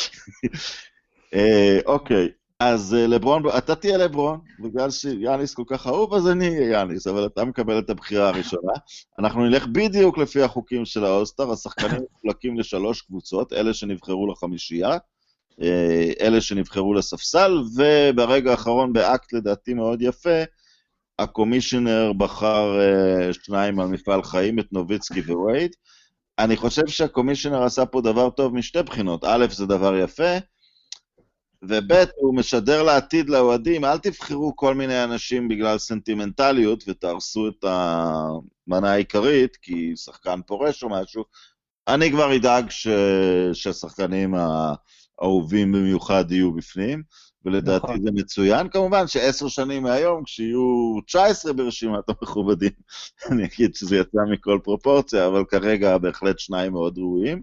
אוקיי. אז לברון, אתה תהיה לברון, בגלל שיאניס כל כך אהוב, אז אני אהיה יאניס, אבל אתה מקבל את הבחירה הראשונה. אנחנו נלך בדיוק לפי החוקים של האולסטאר, השחקנים מחולקים לשלוש קבוצות, אלה שנבחרו לחמישייה, אלה שנבחרו לספסל, וברגע האחרון באקט לדעתי מאוד יפה, הקומישיונר בחר שניים על מפעל חיים, את נוביצקי ווייד. אני חושב שהקומישיונר עשה פה דבר טוב משתי בחינות, א' זה דבר יפה, וב' הוא משדר לעתיד לאוהדים, אל תבחרו כל מיני אנשים בגלל סנטימנטליות, ותהרסו את המנה העיקרית, כי שחקן פורש או משהו, אני כבר אדאג שהשחקנים האהובים במיוחד יהיו בפנים, ולדעתי זה מצוין, כמובן ש10 שנים מהיום, כשיהיו 19 ברשימת המכובדים, אני אגיד שזה יצא מכל פרופורציה, אבל כרגע בהחלט שניים מאוד ראויים,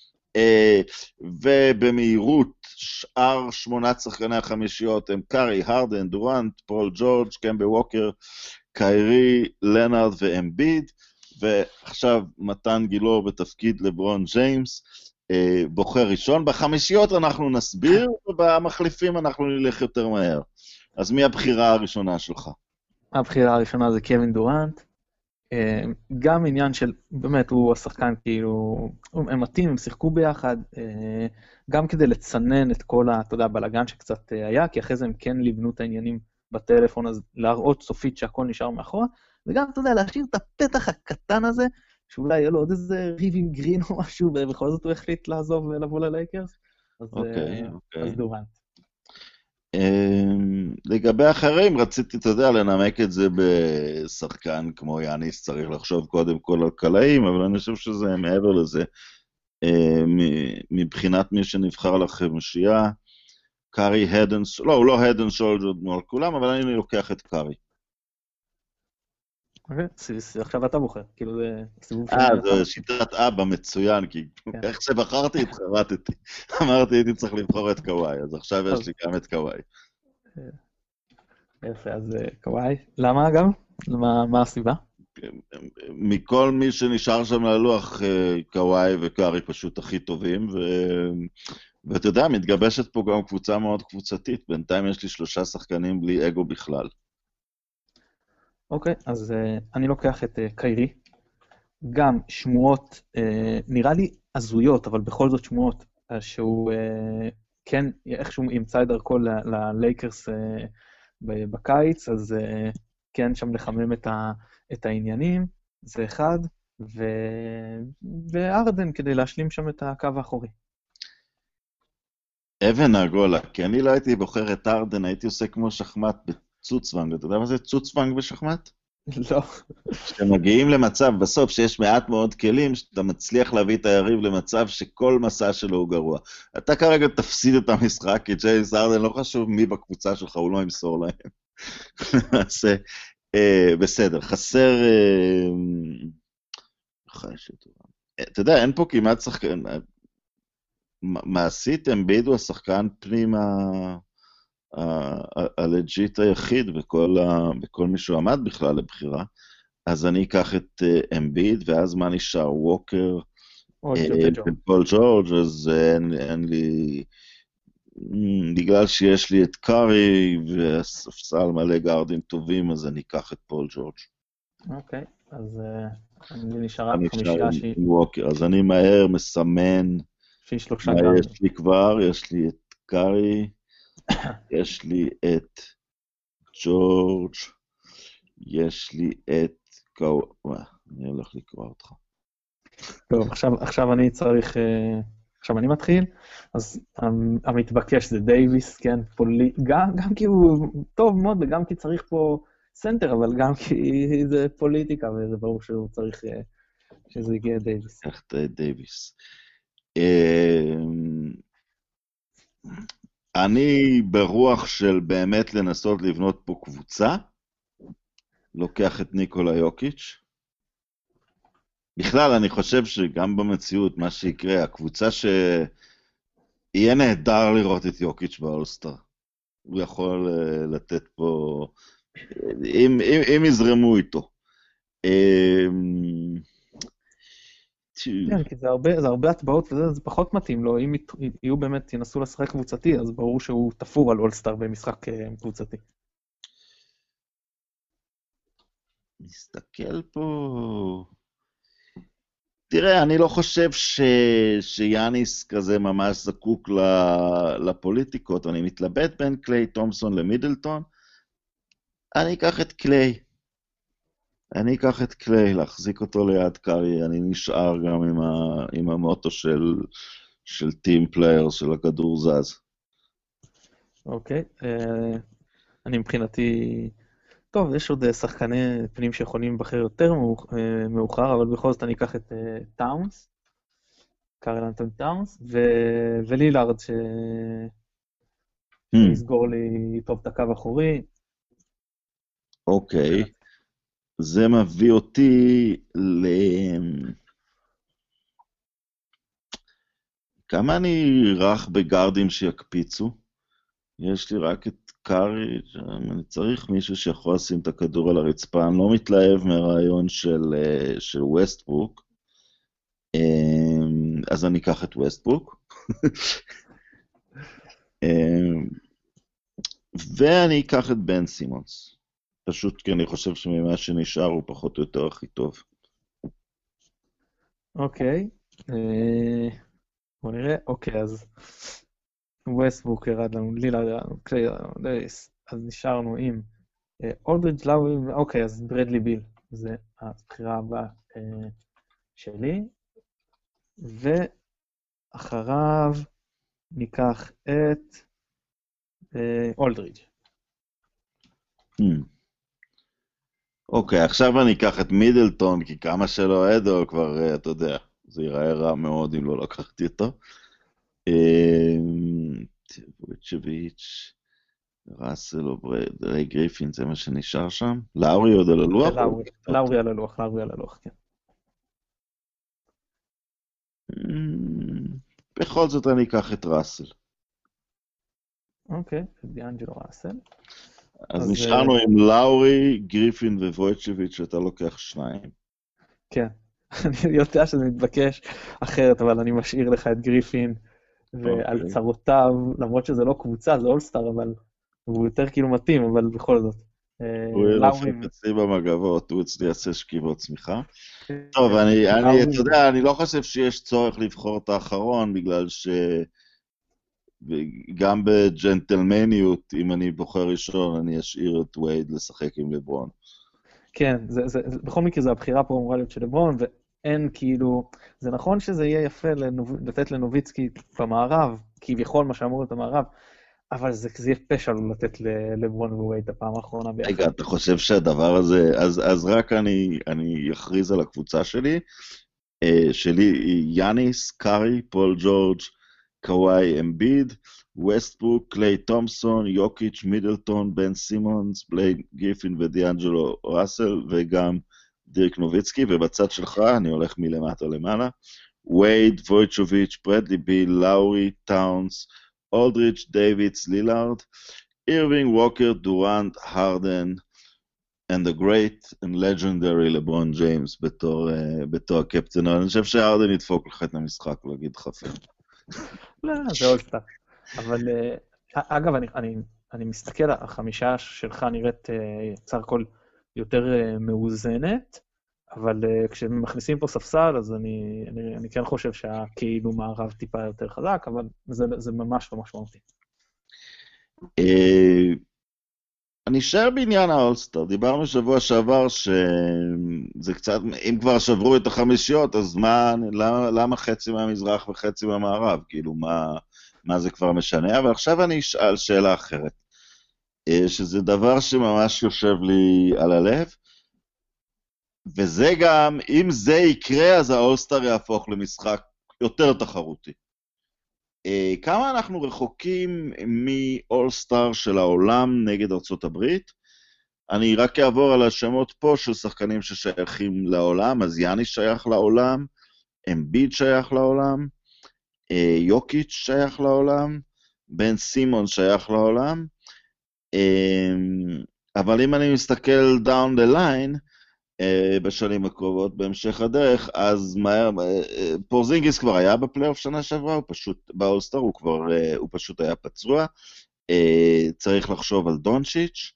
ובמהירות, שאר 8 שחקני החמישיות הם קארי, הרדן, דורנט, פול ג'ורג', קמבה ווקר, קיירי, לנארד ואמביד, ועכשיו מתן גילור בתפקיד לברון ג'יימס, בוחר ראשון. בחמישיות אנחנו נסביר, ובמחליפים אנחנו נלך יותר מהר. אז מי הבחירה הראשונה שלך? הבחירה הראשונה זה קווין דורנט, גם עניין של, באמת הוא השחקן כאילו, הם מתאים, הם שיחקו ביחד, גם כדי לצנן את כל אתה יודע, הבלגן שקצת היה, כי אחרי זה הם כן לבנו את העניינים בטלפון, אז להראות סופית שהכל נשאר מאחורה, וגם אתה יודע, להשאיר את הפתח הקטן הזה, שאולי יהיה לו עוד איזה ריב עם גרין או משהו, ובכל זאת הוא החליט לעזוב ולבוא ללייקרס, אז דורנט. לגבי אחרים, רציתי, אתה יודע, לנמק את זה בשחקן כמו יאניס, צריך לחשוב קודם כל על קלעים, אבל אני חושב שזה מעבר לזה. מבחינת מי שנבחר לחמישייה, קארי הדנס, לא, הוא לא הדנס שולג'רד כמו על כולם, אבל אני לוקח את קארי. אוקיי, עכשיו אתה בוחר, כאילו זה סיבוב שני. זו שיטת אבא מצוין, כי כן. איך שבחרתי, התחרטתי. אמרתי, הייתי צריך לבחור את קוואי, אז עכשיו יש לי גם את קוואי. יפה, אז קוואי. למה אגב? מה הסיבה? מכל מי שנשאר שם ללוח, קוואי וקארי פשוט הכי טובים, ואתה יודע, מתגבשת פה גם קבוצה מאוד קבוצתית, בינתיים יש לי 3 שחקנים בלי אגו בכלל. אוקיי, אז אני לוקח את קיירי. גם שמועות, נראה לי הזויות, אבל בכל זאת שמועות, שהוא כן, איכשהו ימצא את דרכו ללייקרס בקיץ, אז כן, שם לחמם את העניינים, זה אחד, וארדן כדי להשלים שם את הקו האחורי. אבן הגולה, כי אני לא הייתי בוחר את ארדן, הייתי עושה כמו שחמט בצוצוונג, אתה יודע מה זה צוצוונג בשחמט? לא. כשמגיעים למצב בסוף שיש מעט מאוד כלים, שאתה מצליח להביא את היריב למצב שכל מסע שלו הוא גרוע. אתה כרגע תפסיד את המשחק, כי ג'יימס ארדן לא חשוב מי בקבוצה שלך, הוא לא ימסור להם. למעשה, בסדר, חסר... אתה יודע, אין פה כמעט שחקן... מעשית, אמביד הוא השחקן פנים הלג'יט היחיד בכל מי שהוא עמד בכלל לבחירה, אז אני אקח את אמביד, ואז מה נשאר? ווקר, פול ג'ורג', אז אין לי... בגלל שיש לי את קארי והספסל מלא גארדים טובים, אז אני אקח את פול ג'ורג'. אוקיי, אז אני נשארה חמישייה שהיא... ווקר, אז אני מהר מסמן... שיש 3 גארדים. יש לי כבר, יש לי את קארי, יש לי את ג'ורג', יש לי את אני הולך לקרוא אותך. טוב, עכשיו אני צריך, עכשיו אני מתחיל, אז המתבקש זה דייביס, כן, גם כי הוא טוב מאוד, וגם כי צריך פה סנטר, אבל גם כי זה פוליטיקה, וזה ברור שהוא צריך שזה יגיע דייביס. איך את דייביס. אני ברוח של באמת לנסות לבנות פה קבוצה, לוקח את ניקולה יוקיץ'. בכלל, אני חושב שגם במציאות, מה שיקרה, הקבוצה שיהיה נהדר לראות את יוקיץ' באולסטאר. הוא יכול לתת פה, אם יזרמו איתו. כן, כי זה הרבה הצבעות וזה, זה פחות מתאים לו, אם יהיו באמת, ינסו לשחק קבוצתי, אז ברור שהוא תפור על אולסטאר במשחק קבוצתי. נסתכל פה... תראה, אני לא חושב שיאניס כזה ממש זקוק לפוליטיקות, אני מתלבט בין קליי תומפסון למידלטון, אני אקח את קליי, להחזיק אותו ליד קארי, אני נשאר גם עם המוטו של טים פלייר, של הכדור זז. אוקיי, אני מבחינתי... טוב, יש עוד שחקני פנים שיכולים לבחר יותר מאוחר, אבל בכל זאת אני אקח את טאונס, קארל אנטוני טאונס, ולילארד שיסגור לי טוב את הקו האחורי. אוקיי, זה מביא אותי כמה אני רך בגארדים שיקפיצו? יש לי רק את קארי, אני צריך מישהו שיכול לשים את הכדור על הרצפה, אני לא מתלהב מהרעיון של ווסטברוק, אז אני אקח את ווסטברוק, ואני אקח את בן סימונס, פשוט כי אני חושב שממה שנשאר הוא פחות או יותר הכי טוב. אוקיי, בוא נראה, אוקיי, אז ווסטברוק ירד לנו, אז נשארנו עם אולדרידג' לאווי, אוקיי, אז ברדלי ביל, זה הבחירה הבאה שלי, ואחריו ניקח את אולדריץ'. אוקיי, עכשיו אני אקח את מידלטון, כי כמה שלא אדו, כבר, אתה יודע, זה ייראה רע מאוד אם לא לקחתי אותו. וויצ'ביץ', ראסל או ריי גריפין, זה מה שנשאר שם? לאורי עוד על הלוח? לאורי על הלוח, כן. בכל זאת אני אקח את ראסל. אוקיי, דיאנג'לו ראסל. אז נשארנו עם לאורי, גריפין וויצ'ביץ', שאתה לוקח 2. כן, אני יודע שזה מתבקש אחרת, אבל אני משאיר לך את גריפין, ועל צרותיו, למרות שזה לא קבוצה, זה אולסטאר, אבל הוא יותר כאילו מתאים, אבל בכל זאת. הוא ילפק אצלי במגבות, הוא אצלי יעשה שכיבות צמיחה. טוב, אתה יודע, אני לא חושב שיש צורך לבחור את האחרון, בגלל גם בג'נטלמניות, אם אני בוחר ראשון, אני אשאיר את וייד לשחק עם לברון. כן, בכל מקרה זו הבחירה פה אמורה להיות של לברון, ואין כאילו, זה נכון שזה יהיה יפה לתת לנוביצקי במערב, כביכול מה שאמור את המערב, אבל זה יהיה פשע לו לתת לברון ווייד הפעם האחרונה ביחד. רגע, אתה חושב שהדבר הזה, אז רק אני אכריז על הקבוצה שלי היא יאניס, קארי, פול ג'ורג', קוואי, אמביד, ווסטברוק, קליי תומפסון, יוקיץ', מידלטון, בן סימונס, בלייק גריפין ודיאנג'לו ראסל, וגם דירק נוביצקי, ובצד שלך אני הולך מלמטה למעלה, וייד, וויצ'וביץ', ברדלי ביל, לאורי, טאונס, אולדריץ', דייווידס, לילארד, אירווינג, ווקר, דורנט, הרדן, and the great and legendary לברון ג'יימס בתור הקפטן. אני חושב שהרדן ידפוק לך את המשחק ולהגיד חפה. לא, זה אולסטאר. אבל, אגב, אני מסתכל, החמישה שלך נראית צר הכל יותר מאוזנת, אבל כשמכניסים פה ספסל, אז אני כן חושב שהכאילו מערב טיפה יותר חזק, אבל זה ממש לא משמעותי. אני אשאר בעניין האולסטאר, דיברנו שבוע שעבר שזה קצת, אם כבר שברו את החמישיות, אז למה חצי מהמזרח וחצי מהמערב? כאילו, מה זה כבר משנה? אבל עכשיו אני אשאל שאלה אחרת, שזה דבר שממש יושב לי על הלב, וזה גם, אם זה יקרה, אז האולסטאר יהפוך למשחק יותר תחרותי. כמה אנחנו רחוקים מאולסטאר של העולם נגד ארצות הברית? אני רק אעבור על השמות פה של שחקנים ששייכים לעולם, אז יאניס שייך לעולם, אמביד שייך לעולם, יוקיץ' שייך לעולם, בן סימון שייך לעולם, אבל אם אני מסתכל down the line, בשנים הקרובות, בהמשך הדרך, אז מהר, פורזינגיס כבר היה בפלייאוף שנה שעברה, הוא פשוט, באולסטאר הוא פשוט היה פצוע, צריך לחשוב על דונצ'יץ',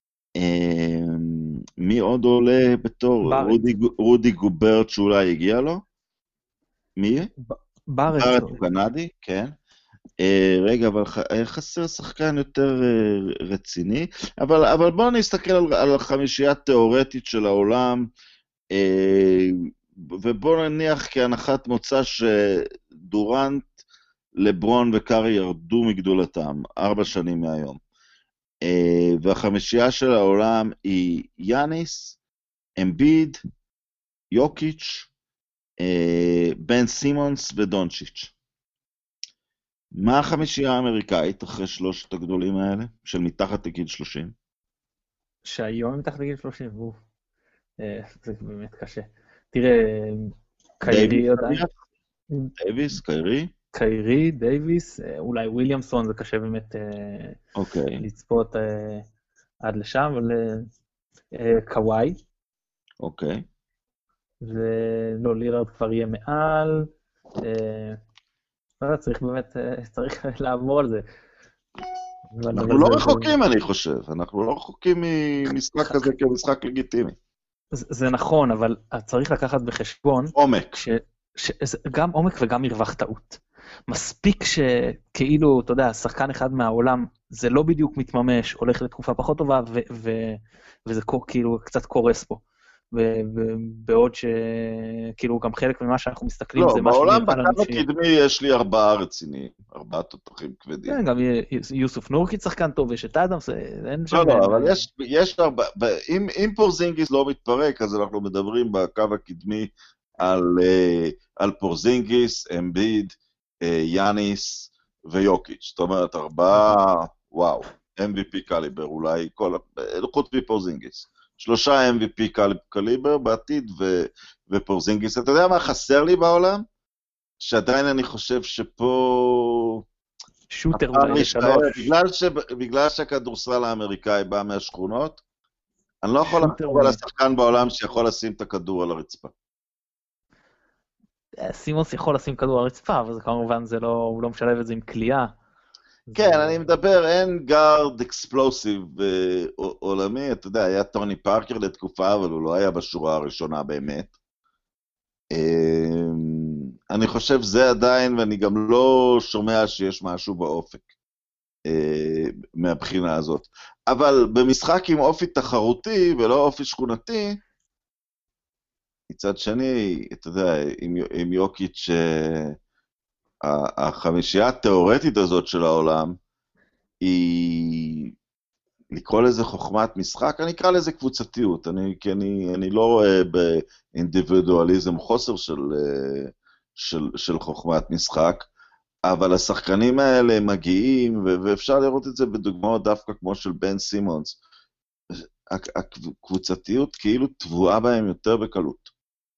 מי עוד עולה בתור? רודי גוברט שאולי הגיע לו? מי? בארט הוא קנדי, כן. רגע, אבל חסר שחקן יותר רציני, אבל בואו נסתכל על החמישייה התיאורטית של העולם, ובואו נניח כהנחת מוצא שדורנט, לברון וקארי ירדו מגדולתם, 4 שנים מהיום. והחמישייה של העולם היא יאניס, אמביד, יוקיץ', בן סימונס ודונצ'יץ'. מה החמישייה האמריקאית אחרי 3 הגדולים האלה, של מתחת לגיל 30? שהיום מתחת לגיל 30, זה באמת קשה. תראה, קיירי עדיין. דייוויס, קיירי? קיירי, דייוויס, אולי וויליאמסון, זה קשה באמת לצפות עד לשם, אבל קוואי. אוקיי. ולא, לילארד כבר יהיה מעל, צריך באמת, צריך לעבור על זה. אנחנו לא רחוקים, אני חושב. אנחנו לא רחוקים ממשחק כזה כמשחק לגיטימי. זה נכון, אבל צריך לקחת בחשבון... עומק. גם עומק וגם מרווח טעות. מספיק שכאילו, אתה יודע, שחקן אחד מהעולם, זה לא בדיוק מתממש, הולך לתקופה פחות טובה, וזה כאילו קצת קורס פה. בעוד שכאילו גם חלק ממה שאנחנו מסתכלים לא, זה משהו בעולם נראה לנו בקו הקדמי יש לי 4 רציניים, 4 תותחים כבדים. כן, גם יוסוף נורקי שחקן טוב, יש את אדמס, אין שם... לא, אבל יש 4, אם פורזינגיס לא מתפרק, אז אנחנו מדברים בקו הקדמי על פורזינגיס, אמביד, יאניס ויוקיץ'. זאת אומרת, 4, וואו, MVP קליבר, אולי חוץ מפורזינגיס. 3 MVP קליבר בעתיד ופורזינגיס. אתה יודע מה חסר לי בעולם? שעדיין אני חושב שפה... שוטר אולי 3. בגלל שהכדורסל האמריקאי בא מהשכונות, אני לא יכול לחשוב על השחקן בעולם שיכול לשים את הכדור על הרצפה. סימונס יכול לשים כדור על הרצפה, אבל כמובן הוא לא משלב את זה עם קליעה. כן, אני מדבר, אין גארד אקספלוסיב עולמי, אתה יודע, היה טוני פארקר לתקופה, אבל הוא לא היה בשורה הראשונה באמת. אני חושב זה עדיין, ואני גם לא שומע שיש משהו באופק מהבחינה הזאת. אבל במשחק עם אופי תחרותי ולא אופי שכונתי, מצד שני, אתה יודע, עם יוקיץ' החמישייה התיאורטית הזאת של העולם, היא לקרוא לזה חוכמת משחק, אני אקרא לזה קבוצתיות, כי אני לא רואה באינדיבידואליזם חוסר של חוכמת משחק, אבל השחקנים האלה מגיעים, ואפשר לראות את זה בדוגמאות דווקא כמו של בן סימונס, הקבוצתיות כאילו טבועה בהם יותר בקלות.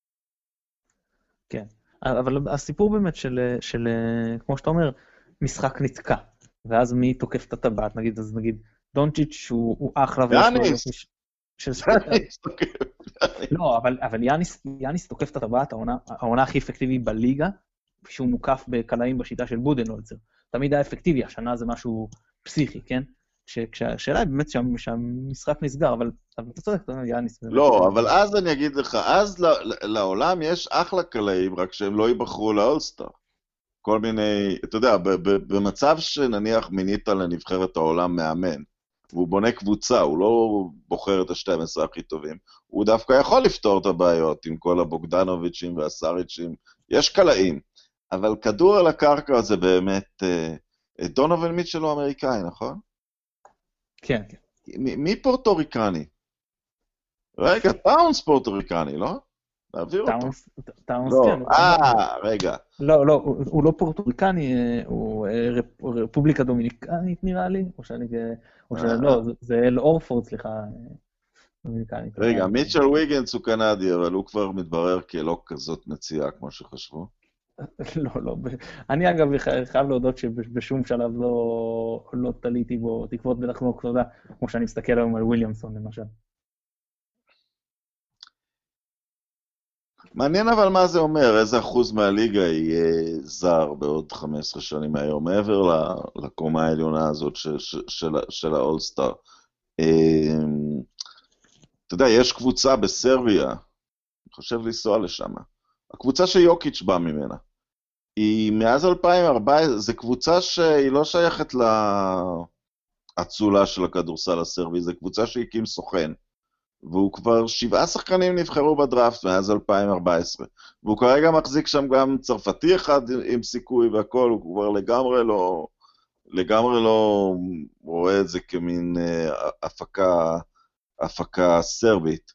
כן, אבל הסיפור באמת של כמו שאתה אומר, משחק נתקע, ואז מי תוקף את הטבעת, נגיד, אז נגיד, דונצ'יץ' הוא אחלה, יאניס! יאניס תוקף. לא, אבל יאניס תוקף את הטבעת, העונה הכי אפקטיבי בליגה, שהוא מוקף בקלעים בשיטה של בודנהולצר. תמיד היה אפקטיבי, השנה זה משהו פסיכי, כן? כשהשאלה היא באמת שהמשחק נסגר, אבל אתה צודק, יאניס. לא, אבל אז אני אגיד לך, אז לעולם יש אחלה קלעים, רק שהם לא ייבחרו לאולסטאר. כל מיני, אתה יודע, במצב שנניח מינית לנבחרת העולם מאמן, והוא בונה קבוצה, הוא לא בוחר את ה-12 הכי טובים, הוא דווקא יכול לפתור את הבעיות עם כל הבוגדנוביצ'ים והסאריצ'ים, יש קלעים, אבל כדור על הקרקע זה באמת, דונובל מיטשל הוא אמריקאי, נכון? כן, כן. מי פורטוריקני? רגע, טאונס פורטוריקני, לא? להעביר אותו. טאונס, לא, כן. רגע. לא, הוא לא פורטוריקני, הוא רפובליקה דומיניקנית נראה לי, לא, זה אל אורפורד, סליחה, דומיניקנית. רגע, מיטשל ויגנס הוא קנדי, אבל הוא כבר מתברר כלא כזאת מציאה כמו שחשבו. לא, אני אגב חייב להודות שבשום שלב לא תליתי בו תקוות בלחנוק, אתה יודע, כמו שאני מסתכל היום על וויליאמסון למשל. מעניין אבל מה זה אומר, איזה אחוז מהליגה יהיה זר בעוד 15 שנים מהיום, מעבר לקומה העליונה הזאת של האולסטאר. אתה יודע, יש קבוצה בסרביה, אני חושב לנסוע לשם, הקבוצה שיוקיץ' בא ממנה. היא מאז 2014, זו קבוצה שהיא לא שייכת לאצולה של הכדורסל הסרבי, זו קבוצה שהקים סוכן. והוא כבר 7 שחקנים נבחרו בדראפט מאז 2014, והוא כרגע מחזיק שם גם צרפתי אחד עם סיכוי והכל, הוא כבר לגמרי לא רואה את זה כמין הפקה סרבית.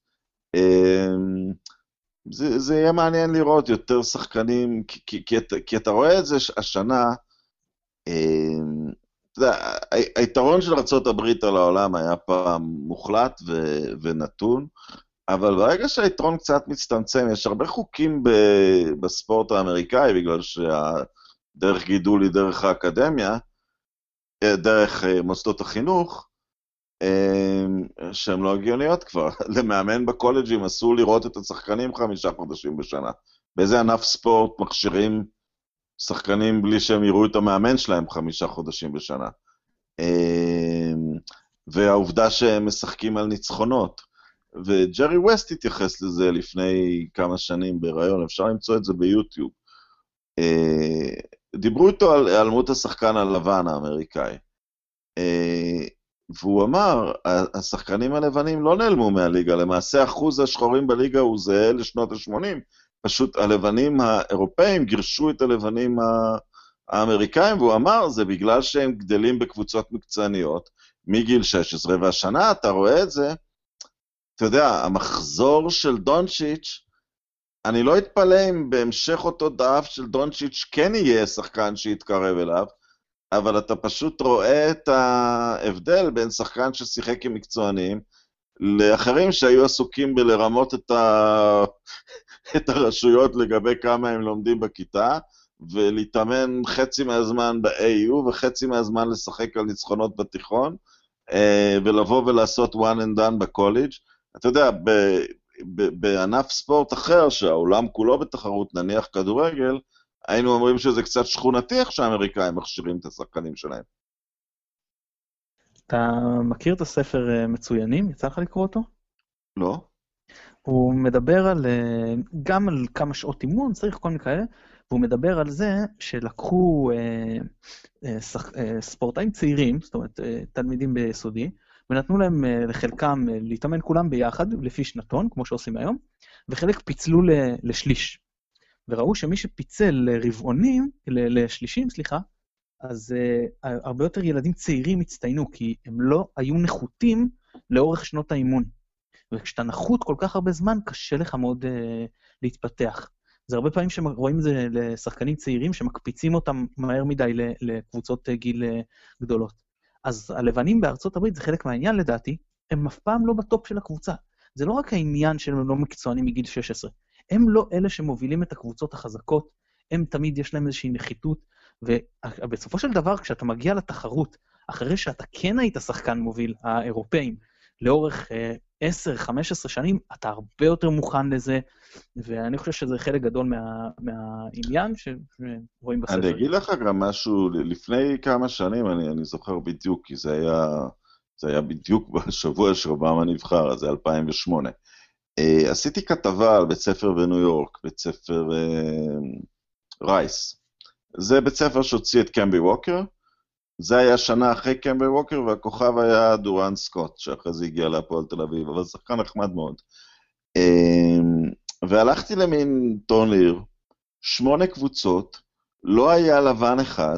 זה יהיה מעניין לראות יותר שחקנים, כי אתה רואה את זה השנה, היתרון של ארצות הברית על העולם היה פעם מוחלט ונתון, אבל ברגע שהיתרון קצת מצטמצם, יש הרבה חוקים בספורט האמריקאי, בגלל שהדרך גידול היא דרך האקדמיה, דרך מוסדות החינוך, שהן לא הגיוניות כבר. למאמן בקולג'ים אסור לראות את השחקנים 5 חודשים בשנה. באיזה ענף ספורט מכשירים שחקנים בלי שהם יראו את המאמן שלהם 5 חודשים בשנה. והעובדה שהם משחקים על ניצחונות. וג'רי ווסט התייחס לזה לפני כמה שנים בהיריון, אפשר למצוא את זה ביוטיוב. דיברו איתו על היעלמות השחקן הלבן האמריקאי. והוא אמר, השחקנים הלבנים לא נעלמו מהליגה, למעשה אחוז השחורים בליגה הוא זהה לשנות ה-80, פשוט הלבנים האירופאים גירשו את הלבנים האמריקאים, והוא אמר, זה בגלל שהם גדלים בקבוצות מקצועניות, מגיל 16, והשנה אתה רואה את זה, אתה יודע, המחזור של דונצ'יץ', אני לא אתפלא אם בהמשך אותו דאף של דונצ'יץ' כן יהיה שחקן שיתקרב אליו, אבל אתה פשוט רואה את ההבדל בין שחקן ששיחק עם מקצוענים, לאחרים שהיו עסוקים בלרמות את הרשויות לגבי כמה הם לומדים בכיתה, ולהתאמן חצי מהזמן ב-AU וחצי מהזמן לשחק על ניצחונות בתיכון, ולבוא ולעשות one and done בקולג'. אתה יודע, בענף ספורט אחר, שהעולם כולו בתחרות, נניח כדורגל, היינו אומרים שזה קצת שכונתי איך שהאמריקאים מכשירים את השחקנים שלהם. אתה מכיר את הספר מצוינים? יצא לך לקרוא אותו? לא. הוא מדבר גם על כמה שעות אימון, צריך כל מיני כאלה, והוא מדבר על זה שלקחו ספורטאים צעירים, זאת אומרת תלמידים ביסודי, ונתנו להם לחלקם להתאמן כולם ביחד, לפי שנתון, כמו שעושים היום, וחלק פיצלו לשליש. וראו שמי שפיצל לרבעונים, לשלישים, סליחה, אז הרבה יותר ילדים צעירים הצטיינו, כי הם לא היו נחותים לאורך שנות האימון. וכשאתה נחות כל כך הרבה זמן, קשה לך מאוד להתפתח. זה הרבה פעמים שרואים את זה לשחקנים צעירים, שמקפיצים אותם מהר מדי לקבוצות גיל גדולות. אז הלבנים בארצות הברית, זה חלק מהעניין לדעתי, הם אף פעם לא בטופ של הקבוצה. זה לא רק העניין שהם לא מקצוענים מגיל 16. הם לא אלה שמובילים את הקבוצות החזקות, הם תמיד יש להם איזושהי נחיתות, ובסופו של דבר, כשאתה מגיע לתחרות, אחרי שאתה כן היית שחקן מוביל, האירופאים, לאורך 10-15 שנים, אתה הרבה יותר מוכן לזה, ואני חושב שזה חלק גדול מהעניין שרואים בספר. אני אגיד לך גם משהו, לפני כמה שנים, אני זוכר בדיוק, כי זה היה בדיוק בשבוע שאובמה נבחר, אז זה 2008. עשיתי כתבה על בית ספר בניו יורק, בית ספר רייס. זה בית ספר שהוציא את קמבי ווקר, זה היה שנה אחרי קמבי ווקר, והכוכב היה דורן סקוט, שאחרי זה הגיע להפועל תל אביב, אבל שחקן נחמד מאוד. והלכתי למין טורניר, 8 קבוצות, לא היה לבן אחד,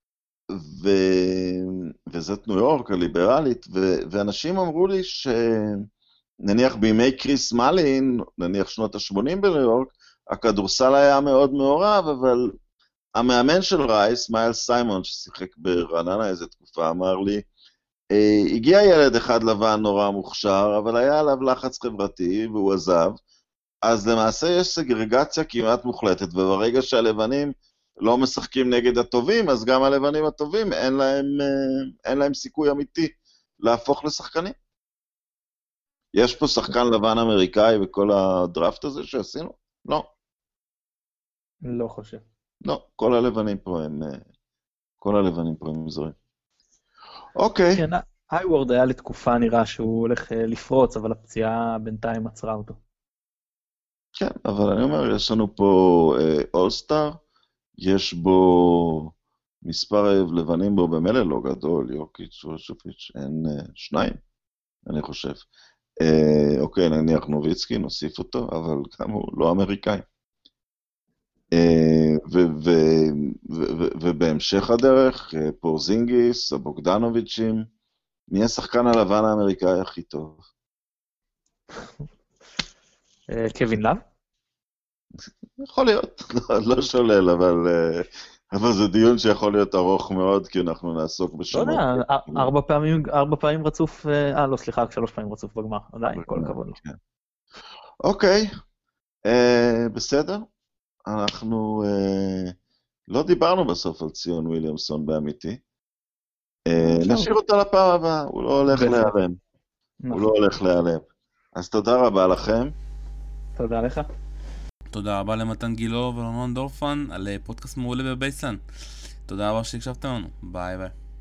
וזאת ניו יורק הליברלית, ואנשים אמרו לי שנניח בימי קריס מלין, נניח שנות ה-80 בניו יורק, הכדורסל היה מאוד מעורב, אבל המאמן של רייס, מייל סיימון, ששיחק ברעננה איזו תקופה, אמר לי, הגיע ילד אחד לבן נורא מוכשר, אבל היה עליו לחץ חברתי, והוא עזב, אז למעשה יש סגרגציה כמעט מוחלטת, וברגע שהלבנים לא משחקים נגד הטובים, אז גם הלבנים הטובים אין להם סיכוי אמיתי להפוך לשחקנים. יש פה שחקן לבן אמריקאי בכל הדראפט הזה שעשינו? לא. לא חושב. לא, כל הלבנים פה הם זרים. אוקיי. כן, היוורד היה לתקופה נראה שהוא הולך לפרוץ, אבל הפציעה בינתיים עצרה אותו. כן, אבל אני אומר, יש לנו פה אולסטאר, יש בו מספר לבנים בו במלא לא גדול, יוקיץ' ושופיץ', אין 2, אני חושב. אוקיי, נניח נוביצקי, נוסיף אותו, אבל גם הוא לא אמריקאי. ובהמשך הדרך, פורזינגיס, הבוגדנוביצ'ים, מי השחקן הלבן האמריקאי הכי טוב? קווין לב? יכול להיות, לא שולל, אבל זה דיון שיכול להיות ארוך מאוד, כי אנחנו נעסוק בשמות. לא יודע, 4 פעמים רצוף, לא סליחה, רק 3 פעמים רצוף בגמר, עדיין, כל הכבוד. אוקיי, בסדר. אנחנו לא דיברנו בסוף על ציון וויליאמסון באמיתי. נשאיר אותו לפעם הבאה, הוא לא הולך להיעלם. הוא לא הולך להיעלם. אז תודה רבה לכם. תודה לך. תודה רבה למתן גילאור ולרונן דורפמן על פודקאסט מעולה בבייסלנד. תודה רבה שהקשבתם לנו. ביי ביי.